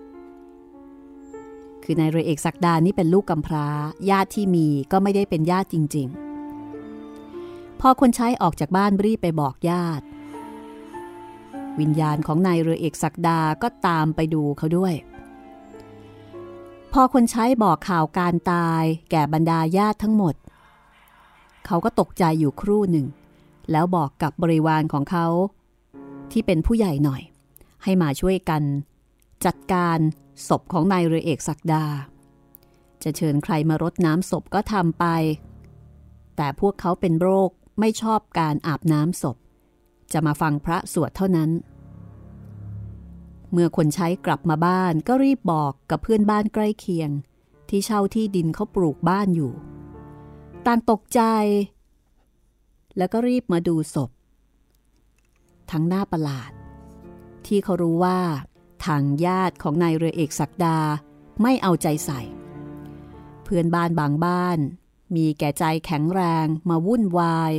คือนายเรือเอกศักดานี่เป็นลูกกำพร้าญาติที่มีก็ไม่ได้เป็นญาติจริงๆพอคนใช้ออกจากบ้านรีบไปบอกญาติวิญญาณของนายเรือเอกศักดาก็ตามไปดูเขาด้วยพอคนใช้บอกข่าวการตายแก่บรรดาญาติทั้งหมดเขาก็ตกใจอยู่ครู่หนึ่งแล้วบอกกับบริวารของเขาที่เป็นผู้ใหญ่หน่อยให้มาช่วยกันจัดการศพของนายเรือเอกศักดาจะเชิญใครมารดน้ำศพก็ทำไปแต่พวกเขาเป็นโรคไม่ชอบการอาบน้ำศพจะมาฟังพระสวดเท่านั้นเมื่อคนใช้กลับมาบ้านก็รีบบอกกับเพื่อนบ้านใกล้เคียงที่เช่าที่ดินเขาปลูกบ้านอยู่ต่างตกใจแล้วก็รีบมาดูศพทั้งหน้าประหลาดที่เขารู้ว่าทางญาติของนายเรือเอกศักดาไม่เอาใจใส่เพื่อนบ้านบางบ้านมีแก่ใจแข็งแรงมาวุ่นวาย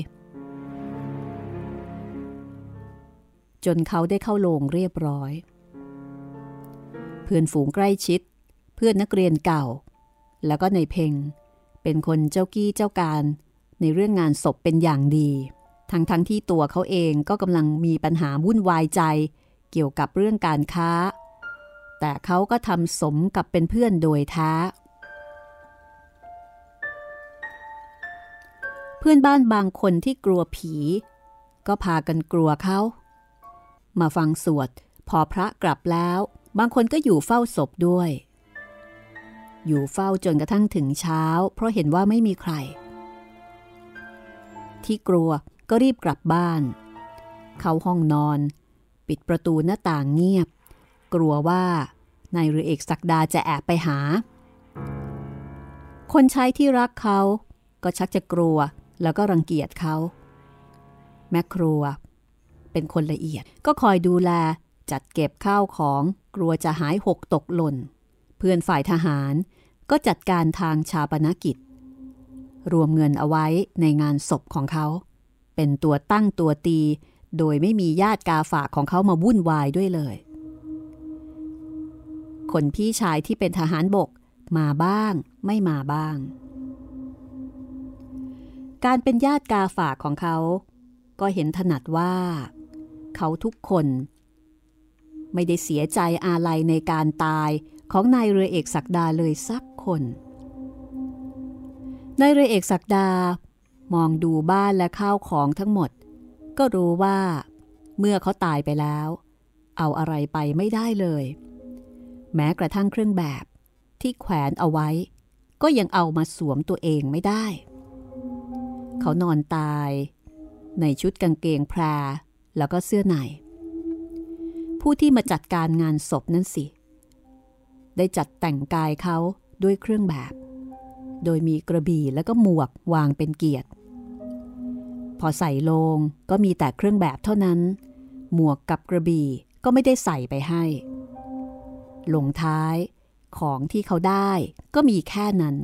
จนเขาได้เข้าโรงเรียบร้อยเพื่อนฝูงใกล้ชิดเพื่อนนักเรียนเก่าแล้วก็ในเพ็งเป็นคนเจ้ากี้เจ้าการในเรื่องงานศพเป็นอย่างดีทั้งทั้งที่ตัวเขาเองก็กำลังมีปัญหาวุ่นวายใจเกี่ยวกับเรื่องการค้าแต่เขาก็ทำสมกับเป็นเพื่อนโดยแท้เพื่อนบ้านบางคนที่กลัวผีก็พากันกลัวเขามาฟังสวดพอพระกลับแล้วบางคนก็อยู่เฝ้าศพด้วยอยู่เฝ้าจนกระทั่งถึงเช้าเพราะเห็นว่าไม่มีใครที่กลัวก็รีบกลับบ้านเข้าห้องนอนปิดประตูหน้าต่างเงียบกลัวว่านายเรือเอกศักดาจะแอบไปหาคนใช้ที่รักเขาก็ชักจะกลัวแล้วก็รังเกียจเขาแม่ครัวเป็นคนละเอียดก็คอยดูแลจัดเก็บข้าวของกลัวจะหายหกตกหล่นเพื่อนฝ่ายทหารก็จัดการทางชาปนกิจรวมเงินเอาไว้ในงานศพของเขาเป็นตัวตั้งตัวตีโดยไม่มีญาติกาฝากของเขามาวุ่นวายด้วยเลยคนพี่ชายที่เป็นทหารบกมาบ้างไม่มาบ้างการเป็นญาติกาฝากของเขาก็เห็นถนัดว่าเขาทุกคนไม่ได้เสียใจอาลัยในการตายของนายเรือเอกศักดาเลยสักคนนายเรือเอกศักดามองดูบ้านและข้าวของทั้งหมดก็รู้ว่าเมื่อเขาตายไปแล้วเอาอะไรไปไม่ได้เลยแม้กระทั่งเครื่องแบบที่แขวนเอาไว้ก็ยังเอามาสวมตัวเองไม่ได้เขานอนตายในชุดกางเกงแพรแล้วก็เสื้อในผู้ที่มาจัดการงานศพนั้นสิได้จัดแต่งกายเขาด้วยเครื่องแบบโดยมีกระบี่แล้วก็หมวกวางเป็นเกียรติพอใส่ลงก็มีแต่เครื่องแบบเท่านั้นหมวกกับกระบี่ก็ไม่ได้ใส่ไปให้ลงท้ายของที่เขาได้ก็มีแค่นั้น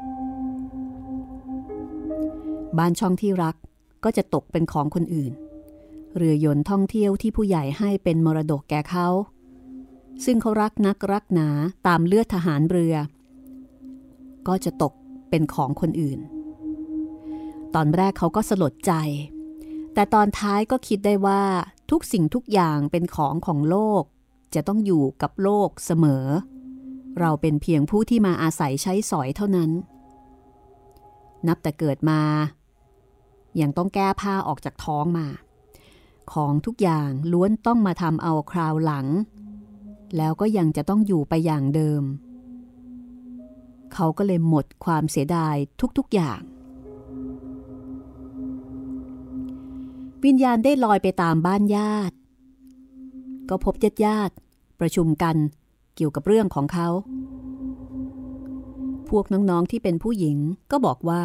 บ้านช่องที่รักก็จะตกเป็นของคนอื่นเรือยนต์ท่องเที่ยวที่ผู้ใหญ่ให้เป็นมรดกแก่เขาซึ่งเขารักนักรักหนาตามเลือดทหารเรือก็จะตกเป็นของคนอื่นตอนแรกเขาก็สลดใจแต่ตอนท้ายก็คิดได้ว่าทุกสิ่งทุกอย่างเป็นของของโลกจะต้องอยู่กับโลกเสมอเราเป็นเพียงผู้ที่มาอาศัยใช้สอยเท่านั้นนับแต่เกิดมายังต้องแก้ผ้าออกจากท้องมาของทุกอย่างล้วนต้องมาทำเอาคราวหลังแล้วก็ยังจะต้องอยู่ไปอย่างเดิมเขาก็เลยหมดความเสียดายทุกๆอย่างวิญญาณได้ลอยไปตามบ้านญาติก็พบญาติๆประชุมกันเกี่ยวกับเรื่องของเขาพวกน้องๆที่เป็นผู้หญิงก็บอกว่า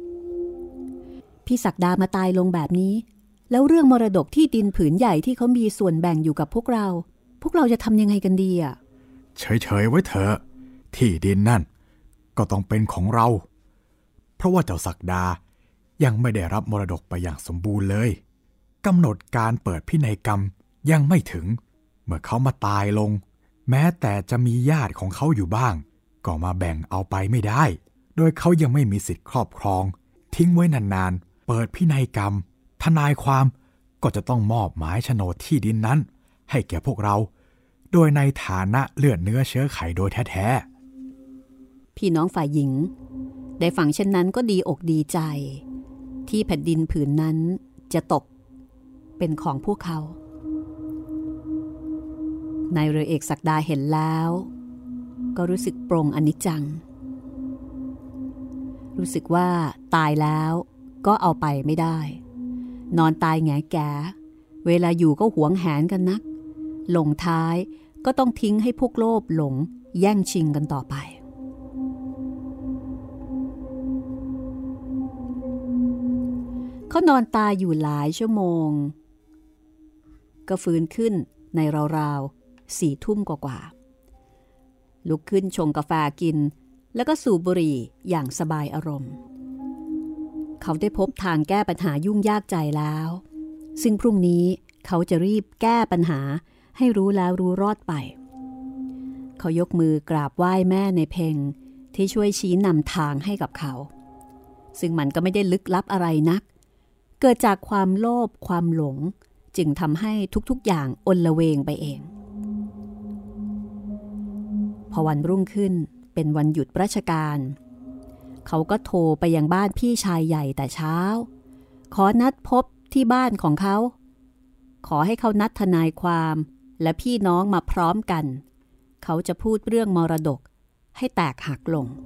พี่ศักดามาตายลงแบบนี้แล้วเรื่องมรดกที่ดินผืนใหญ่ที่เขามีส่วนแบ่งอยู่กับพวกเราพวกเราจะทำยังไงกันดีอ่ะเฉยๆไว้เถอะที่ดินนั่นก็ต้องเป็นของเราเพราะว่าเจ้าศักดายังไม่ได้รับมรดกไปอย่างสมบูรณ์เลยกำหนดการเปิดพินัยกรรมยังไม่ถึงเมื่อเขามาตายลงแม้แต่จะมีญาติของเขาอยู่บ้างก็มาแบ่งเอาไปไม่ได้โดยเขายังไม่มีสิทธิ์ครอบครองทิ้งไว้นานๆเปิดพินัยกรรมทนายความก็จะต้องมอบหมายโฉนดที่ดินนั้นให้แก่พวกเราโดยในฐานะเลือดเนื้อเชื้อไขโดยแท้ๆพี่น้องฝ่ายหญิงได้ฟังเช่นนั้นก็ดีอกดีใจที่แผ่นดินผืนนั้นจะตกเป็นของพวกเขานายเรือเอกศักดาเห็นแล้วก็รู้สึกปรงอนิจจังรู้สึกว่าตายแล้วก็เอาไปไม่ได้นอนตายแง่แก่เวลาอยู่ก็หวงแหนกันนักลงท้ายก็ต้องทิ้งให้พวกโลภหลงแย่งชิงกันต่อไปเขานอนตายอยู่หลายชั่วโมงก็ฟื้นขึ้นในราวๆสี่ทุ่มกว่าๆลุกขึ้นชงกาแฟกินแล้วก็สูบบุหรี่อย่างสบายอารมณ์เขาได้พบทางแก้ปัญหายุ่งยากใจแล้วซึ่งพรุ่งนี้เขาจะรีบแก้ปัญหาให้รู้แล้วรู้รอดไปเขายกมือกราบไหว้แม่ในเพ็งที่ช่วยชี้นำทางให้กับเขาซึ่งมันก็ไม่ได้ลึกลับอะไรนักเกิดจากความโลภความหลงจึงทำให้ทุกๆอย่างอลเวงไปเองพอวันรุ่งขึ้นเป็นวันหยุดราชการเขาก็โทรไปยังบ้านพี่ชายใหญ่แต่เช้าขอนัดพบที่บ้านของเขาขอให้เขานัดทนายความและพี่น้องมาพร้อมกันเขาจะพูดเรื่องมรดกให้แตกหักลง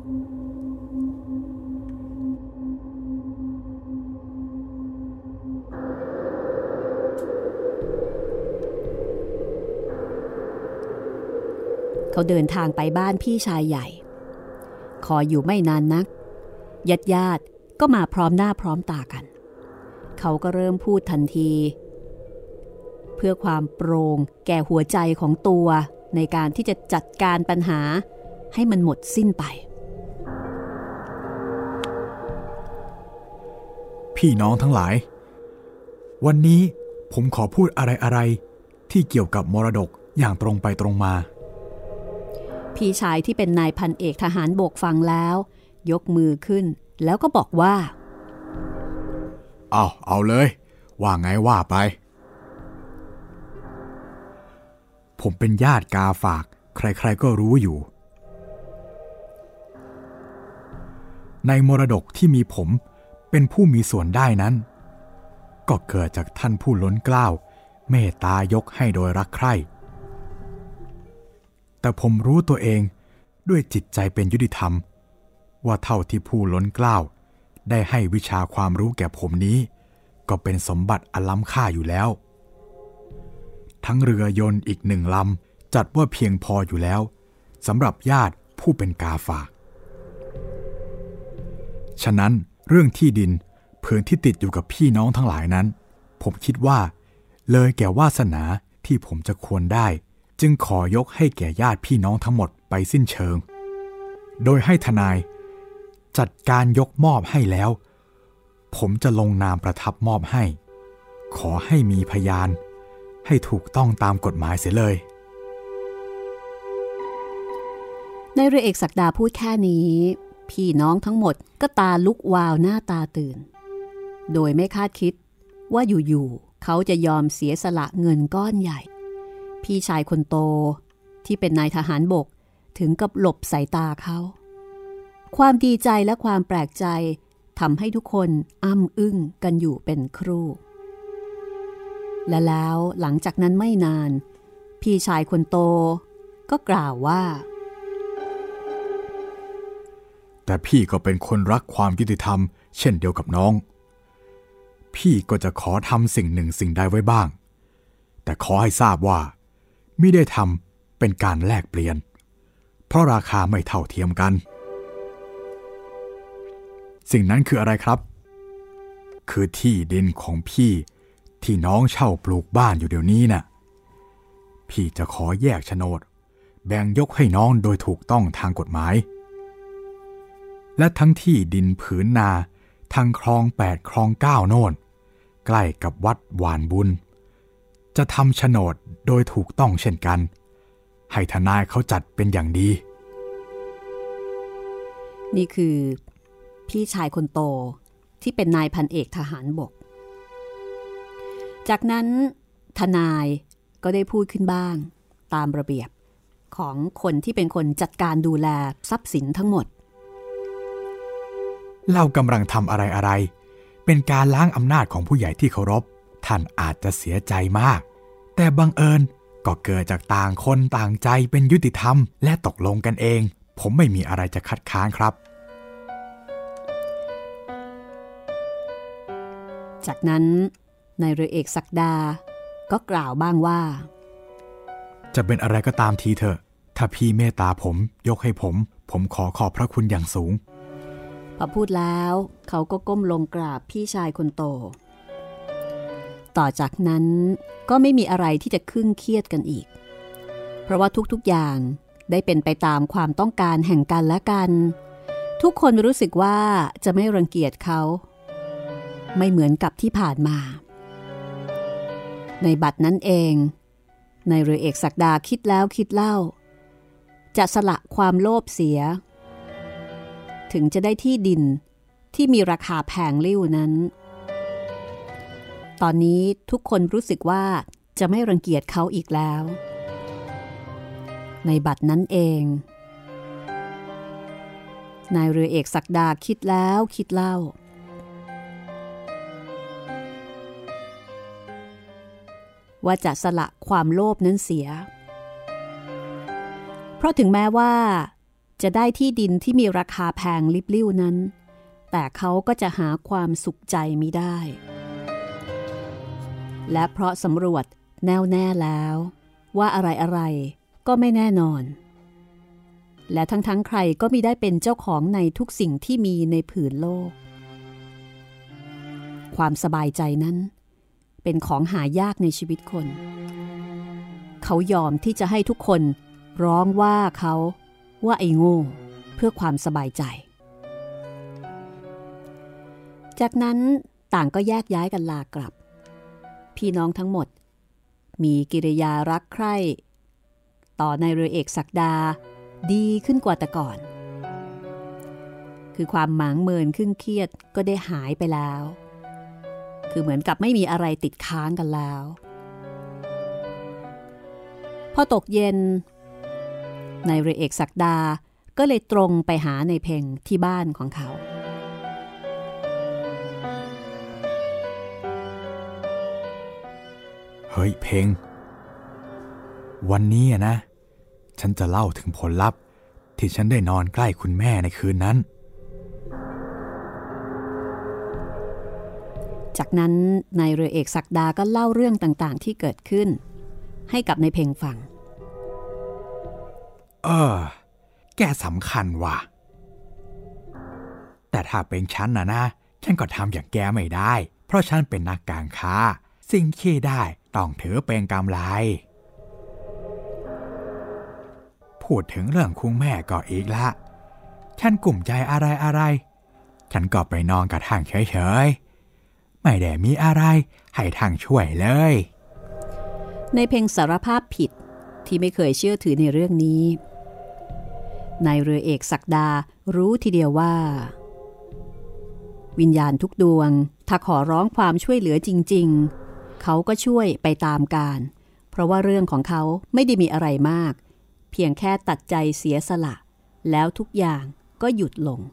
เขาเดินทางไปบ้านพี่ชายใหญ่ขออยู่ไม่นานนักญาติญาติก็มาพร้อมหน้าพร้อมตากันเขาก็เริ่มพูดทันทีเพื่อความโปร่งแก่หัวใจของตัวในการที่จะจัดการปัญหาให้มันหมดสิ้นไปพี่น้องทั้งหลายวันนี้ผมขอพูดอะไรๆที่เกี่ยวกับมรดกอย่างตรงไปตรงมาพี่ชายที่เป็นนายพันเอกทหารบกฟังแล้วยกมือขึ้นแล้วก็บอกว่าเอาเอาเลยว่าไงว่าไปผมเป็นญาติกาฝากใครๆก็รู้อยู่ในมรดกที่มีผมเป็นผู้มีส่วนได้นั้นก็เกิดจากท่านผู้ล้นเกล้าเมตตายกให้โดยรักใคร่แต่ผมรู้ตัวเองด้วยจิตใจเป็นยุติธรรมว่าเท่าที่ผู้ล้นเกล้าได้ให้วิชาความรู้แก่ผมนี้ก็เป็นสมบัติอันล้ำค่าอยู่แล้วทั้งเรือยนต์อีกหนึ่งลำจัดว่าเพียงพออยู่แล้วสำหรับญาติผู้เป็นกาฝากฉะนั้นเรื่องที่ดินผืนที่ติดอยู่กับพี่น้องทั้งหลายนั้นผมคิดว่าเลยแก่วาสนาที่ผมจะควรได้จึงขอยกให้แก่ญาติพี่น้องทั้งหมดไปสิ้นเชิงโดยให้ทนายจัดการยกมอบให้แล้วผมจะลงนามประทับมอบให้ขอให้มีพยานให้ถูกต้องตามกฎหมายเสียเลยนายเรือเอกศักดาพูดแค่นี้พี่น้องทั้งหมดก็ตาลุกวาวหน้าตาตื่นโดยไม่คาดคิดว่าอยู่ๆเขาจะยอมเสียสละเงินก้อนใหญ่พี่ชายคนโตที่เป็นนายทหารบกถึงกับหลบสายตาเขาความดีใจและความแปลกใจทำให้ทุกคนอ้ำอึ้งกันอยู่เป็นครู่และแล้วหลังจากนั้นไม่นานพี่ชายคนโตก็กล่าวว่าแต่พี่ก็เป็นคนรักความยุติธรรมเช่นเดียวกับน้องพี่ก็จะขอทำสิ่งหนึ่งสิ่งใดไว้บ้างแต่ขอให้ทราบว่ามิได้ทำเป็นการแลกเปลี่ยนเพราะราคาไม่เท่าเทียมกันสิ่งนั้นคืออะไรครับคือที่ดินของพี่ที่น้องเช่าปลูกบ้านอยู่เดี๋ยวนี้น่ะพี่จะขอแยกโฉนดแบ่งยกให้น้องโดยถูกต้องทางกฎหมายและทั้งที่ดินผืนนาทางคลองแปดคลองเก้าโน่นใกล้กับวัดหวานบุญจะทำโฉนดโดยถูกต้องเช่นกันให้ทนายเขาจัดเป็นอย่างดีนี่คือพี่ชายคนโตที่เป็นนายพันเอกทหารบกจากนั้นทนายก็ได้พูดขึ้นบ้างตามระเบียบของคนที่เป็นคนจัดการดูแลทรัพย์สินทั้งหมดเรากำลังทำอะไรอะไรเป็นการล้างอำนาจของผู้ใหญ่ที่เคารพท่านอาจจะเสียใจมากแต่บังเอิญก็เกิดจากต่างคนต่างใจเป็นยุติธรรมและตกลงกันเองผมไม่มีอะไรจะคัดค้านครับจากนั้นนายเรือเอกศักดาก็กล่าวบ้างว่าจะเป็นอะไรก็ตามทีเถอะถ้าพี่เมตตาผมยกให้ผมผมขอขอบพระคุณอย่างสูงพอพูดแล้วเขาก็ก้มลงกราบพี่ชายคนโตต่อจากนั้นก็ไม่มีอะไรที่จะครึ่งเครียดกันอีกเพราะว่าทุกๆอย่างได้เป็นไปตามความต้องการแห่งกันและกันทุกคนรู้สึกว่าจะไม่รังเกียจเขาไม่เหมือนกับที่ผ่านมาในบัดนั้นเองนายเรือเอกศักดาคิดแล้วคิดเล่าจะสละความโลภเสียถึงจะได้ที่ดินที่มีราคาแพงลิ่วนั้นตอนนี้ทุกคนรู้สึกว่าจะไม่รังเกียจเขาอีกแล้วในบัดนั้นเองนายเรือเอกศักดาคิดแล้วคิดเล่าว่าจะสละความโลภนั้นเสียเพราะถึงแม้ว่าจะได้ที่ดินที่มีราคาแพงลิบลิ่วนั้นแต่เขาก็จะหาความสุขใจมิได้และเพราะสำรวจแน่วแน่แล้วว่าอะไรอะไรก็ไม่แน่นอนและทั้งทั้งใครก็มิได้เป็นเจ้าของในทุกสิ่งที่มีในผืนโลกความสบายใจนั้นเป็นของหายากในชีวิตคนเขายอมที่จะให้ทุกคนร้องว่าเขาว่าไอ้โง่เพื่อความสบายใจจากนั้นต่างก็แยกย้ายกันลากลับพี่น้องทั้งหมดมีกิริยารักใคร่ต่อนายเรือเอกศักดาดีขึ้นกว่าแต่ก่อนคือความหมางเมินขึ้นเครียดก็ได้หายไปแล้วคือเหมือนกับไม่มีอะไรติดค้างกันแล้วพอตกเย็นนายเรือเอกศักดาก็เลยตรงไปหานายเพ็งที่บ้านของเขาเฮ้ยเพ็งวันนี้นะฉันจะเล่าถึงผลลัพธ์ที่ฉันได้นอนใกล้คุณแม่ในคืนนั้นจากนั้นนายเรือเอกศักดาก็เล่าเรื่องต่างๆที่เกิดขึ้นให้กับนายเพ็งฟังเออแกสำคัญว่ะแต่ถ้าเป็นฉันนะนะฉันก็ทำอย่างแกไม่ได้เพราะฉันเป็นนักการค้าสิ่งที่ได้ต้องถือเป็นกำไรพูดถึงเรื่องคุณแม่ก็อีกละฉันกลุ่มใจอะไรอะไรฉันก็ไปนอนกับทางเฉยๆไม่ได้มีอะไรให้ทางช่วยเลยในเพ็งสารภาพผิดที่ไม่เคยเชื่อถือในเรื่องนี้นายเรือเอกศักดารู้ทีเดียวว่าวิญญาณทุกดวงถ้าขอร้องความช่วยเหลือจริงๆเขาก็ช่วยไปตามการเพราะว่าเรื่องของเขาไม่ได้มีอะไรมากเพียงแค่ตัดใจเสียสละแล้วทุกอย่างก็หยุดลง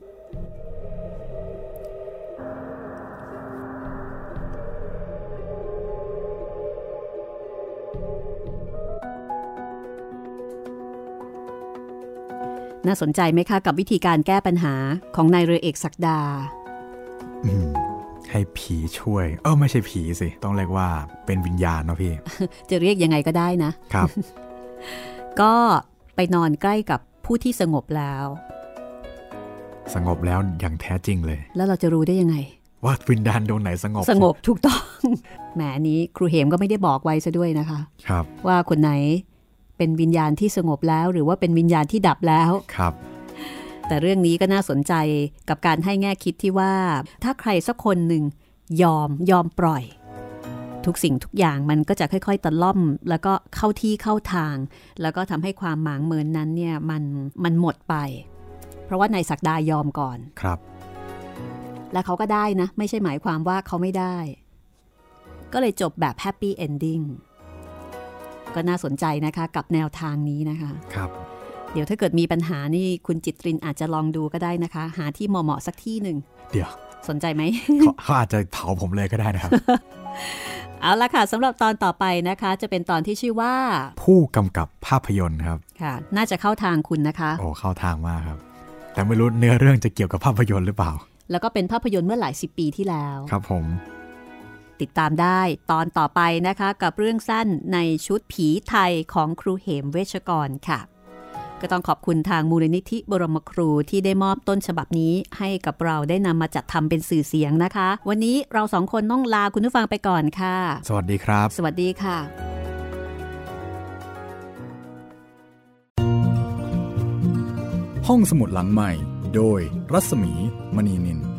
น่าสนใจไหมคะกับวิธีการแก้ปัญหาของนายเรือเอกศักดาอืมคให้ผีช่วยเออไม่ใช่ผีสิต้องเรียกว่าเป็นวิญญาณเนาะพี่จะเรียกยังไงก็ได้นะครับ ก็ไปนอนใกล้กับผู้ที่สงบแล้วสงบแล้วอย่างแท้จริงเลยแล้วเราจะรู้ได้ยังไงว่าวิญญาณดวงไหนสงบสงบถูกต้อง แหมนี้ครูเหมก็ไม่ได้บอกไว้ซะด้วยนะคะครับว่าคนไหนเป็นวิญญาณที่สงบแล้วหรือว่าเป็นวิญญาณที่ดับแล้วครับแต่เรื่องนี้ก็น่าสนใจกับการให้แง่คิดที่ว่าถ้าใครสักคนหนึ่งยอมยอมปล่อยทุกสิ่งทุกอย่างมันก็จะค่อยๆตะล่อมแล้วก็เข้าที่เข้าทางแล้วก็ทำให้ความหมางเมินนั้นเนี่ยมันมันหมดไปเพราะว่านายศักดายอมก่อนครับและเขาก็ได้นะไม่ใช่หมายความว่าเขาไม่ได้ก็เลยจบแบบแฮปปี้เอนดิ้งก็น่าสนใจนะคะกับแนวทางนี้นะคะครับเดี๋ยวถ้าเกิดมีปัญหานี่คุณจิตรินอาจจะลองดูก็ได้นะคะหาที่เหมาะๆสักที่หนึ่งเดี๋ยวสนใจไหมเขาอาจจะเผาผมเลยก็ได้นะครับเอาละค่ะสำหรับตอนต่อไปนะคะจะเป็นตอนที่ชื่อว่าผู้กำกับภาพยนตร์ครับค่ะน่าจะเข้าทางคุณนะคะโอ้เข้าทางมากครับแต่ไม่รู้เนื้อเรื่องจะเกี่ยวกับภาพยนตร์หรือเปล่าแล้วก็เป็นภาพยนตร์เมื่อหลายสิบปีที่แล้วครับผมติดตามได้ตอนต่อไปนะคะกับเรื่องสั้นในชุดผีไทยของครูเหมเวชกรค่ะก็ต้องขอบคุณทางมูลนิธิบรมครูที่ได้มอบต้นฉบับนี้ให้กับเราได้นำมาจัดทำเป็นสื่อเสียงนะคะวันนี้เราสองคนต้องลาคุณผู้ฟังไปก่อนค่ะสวัสดีครับสวัสดีค่ะห้องสมุดหลังใหม่โดยรัศมีมณีนิน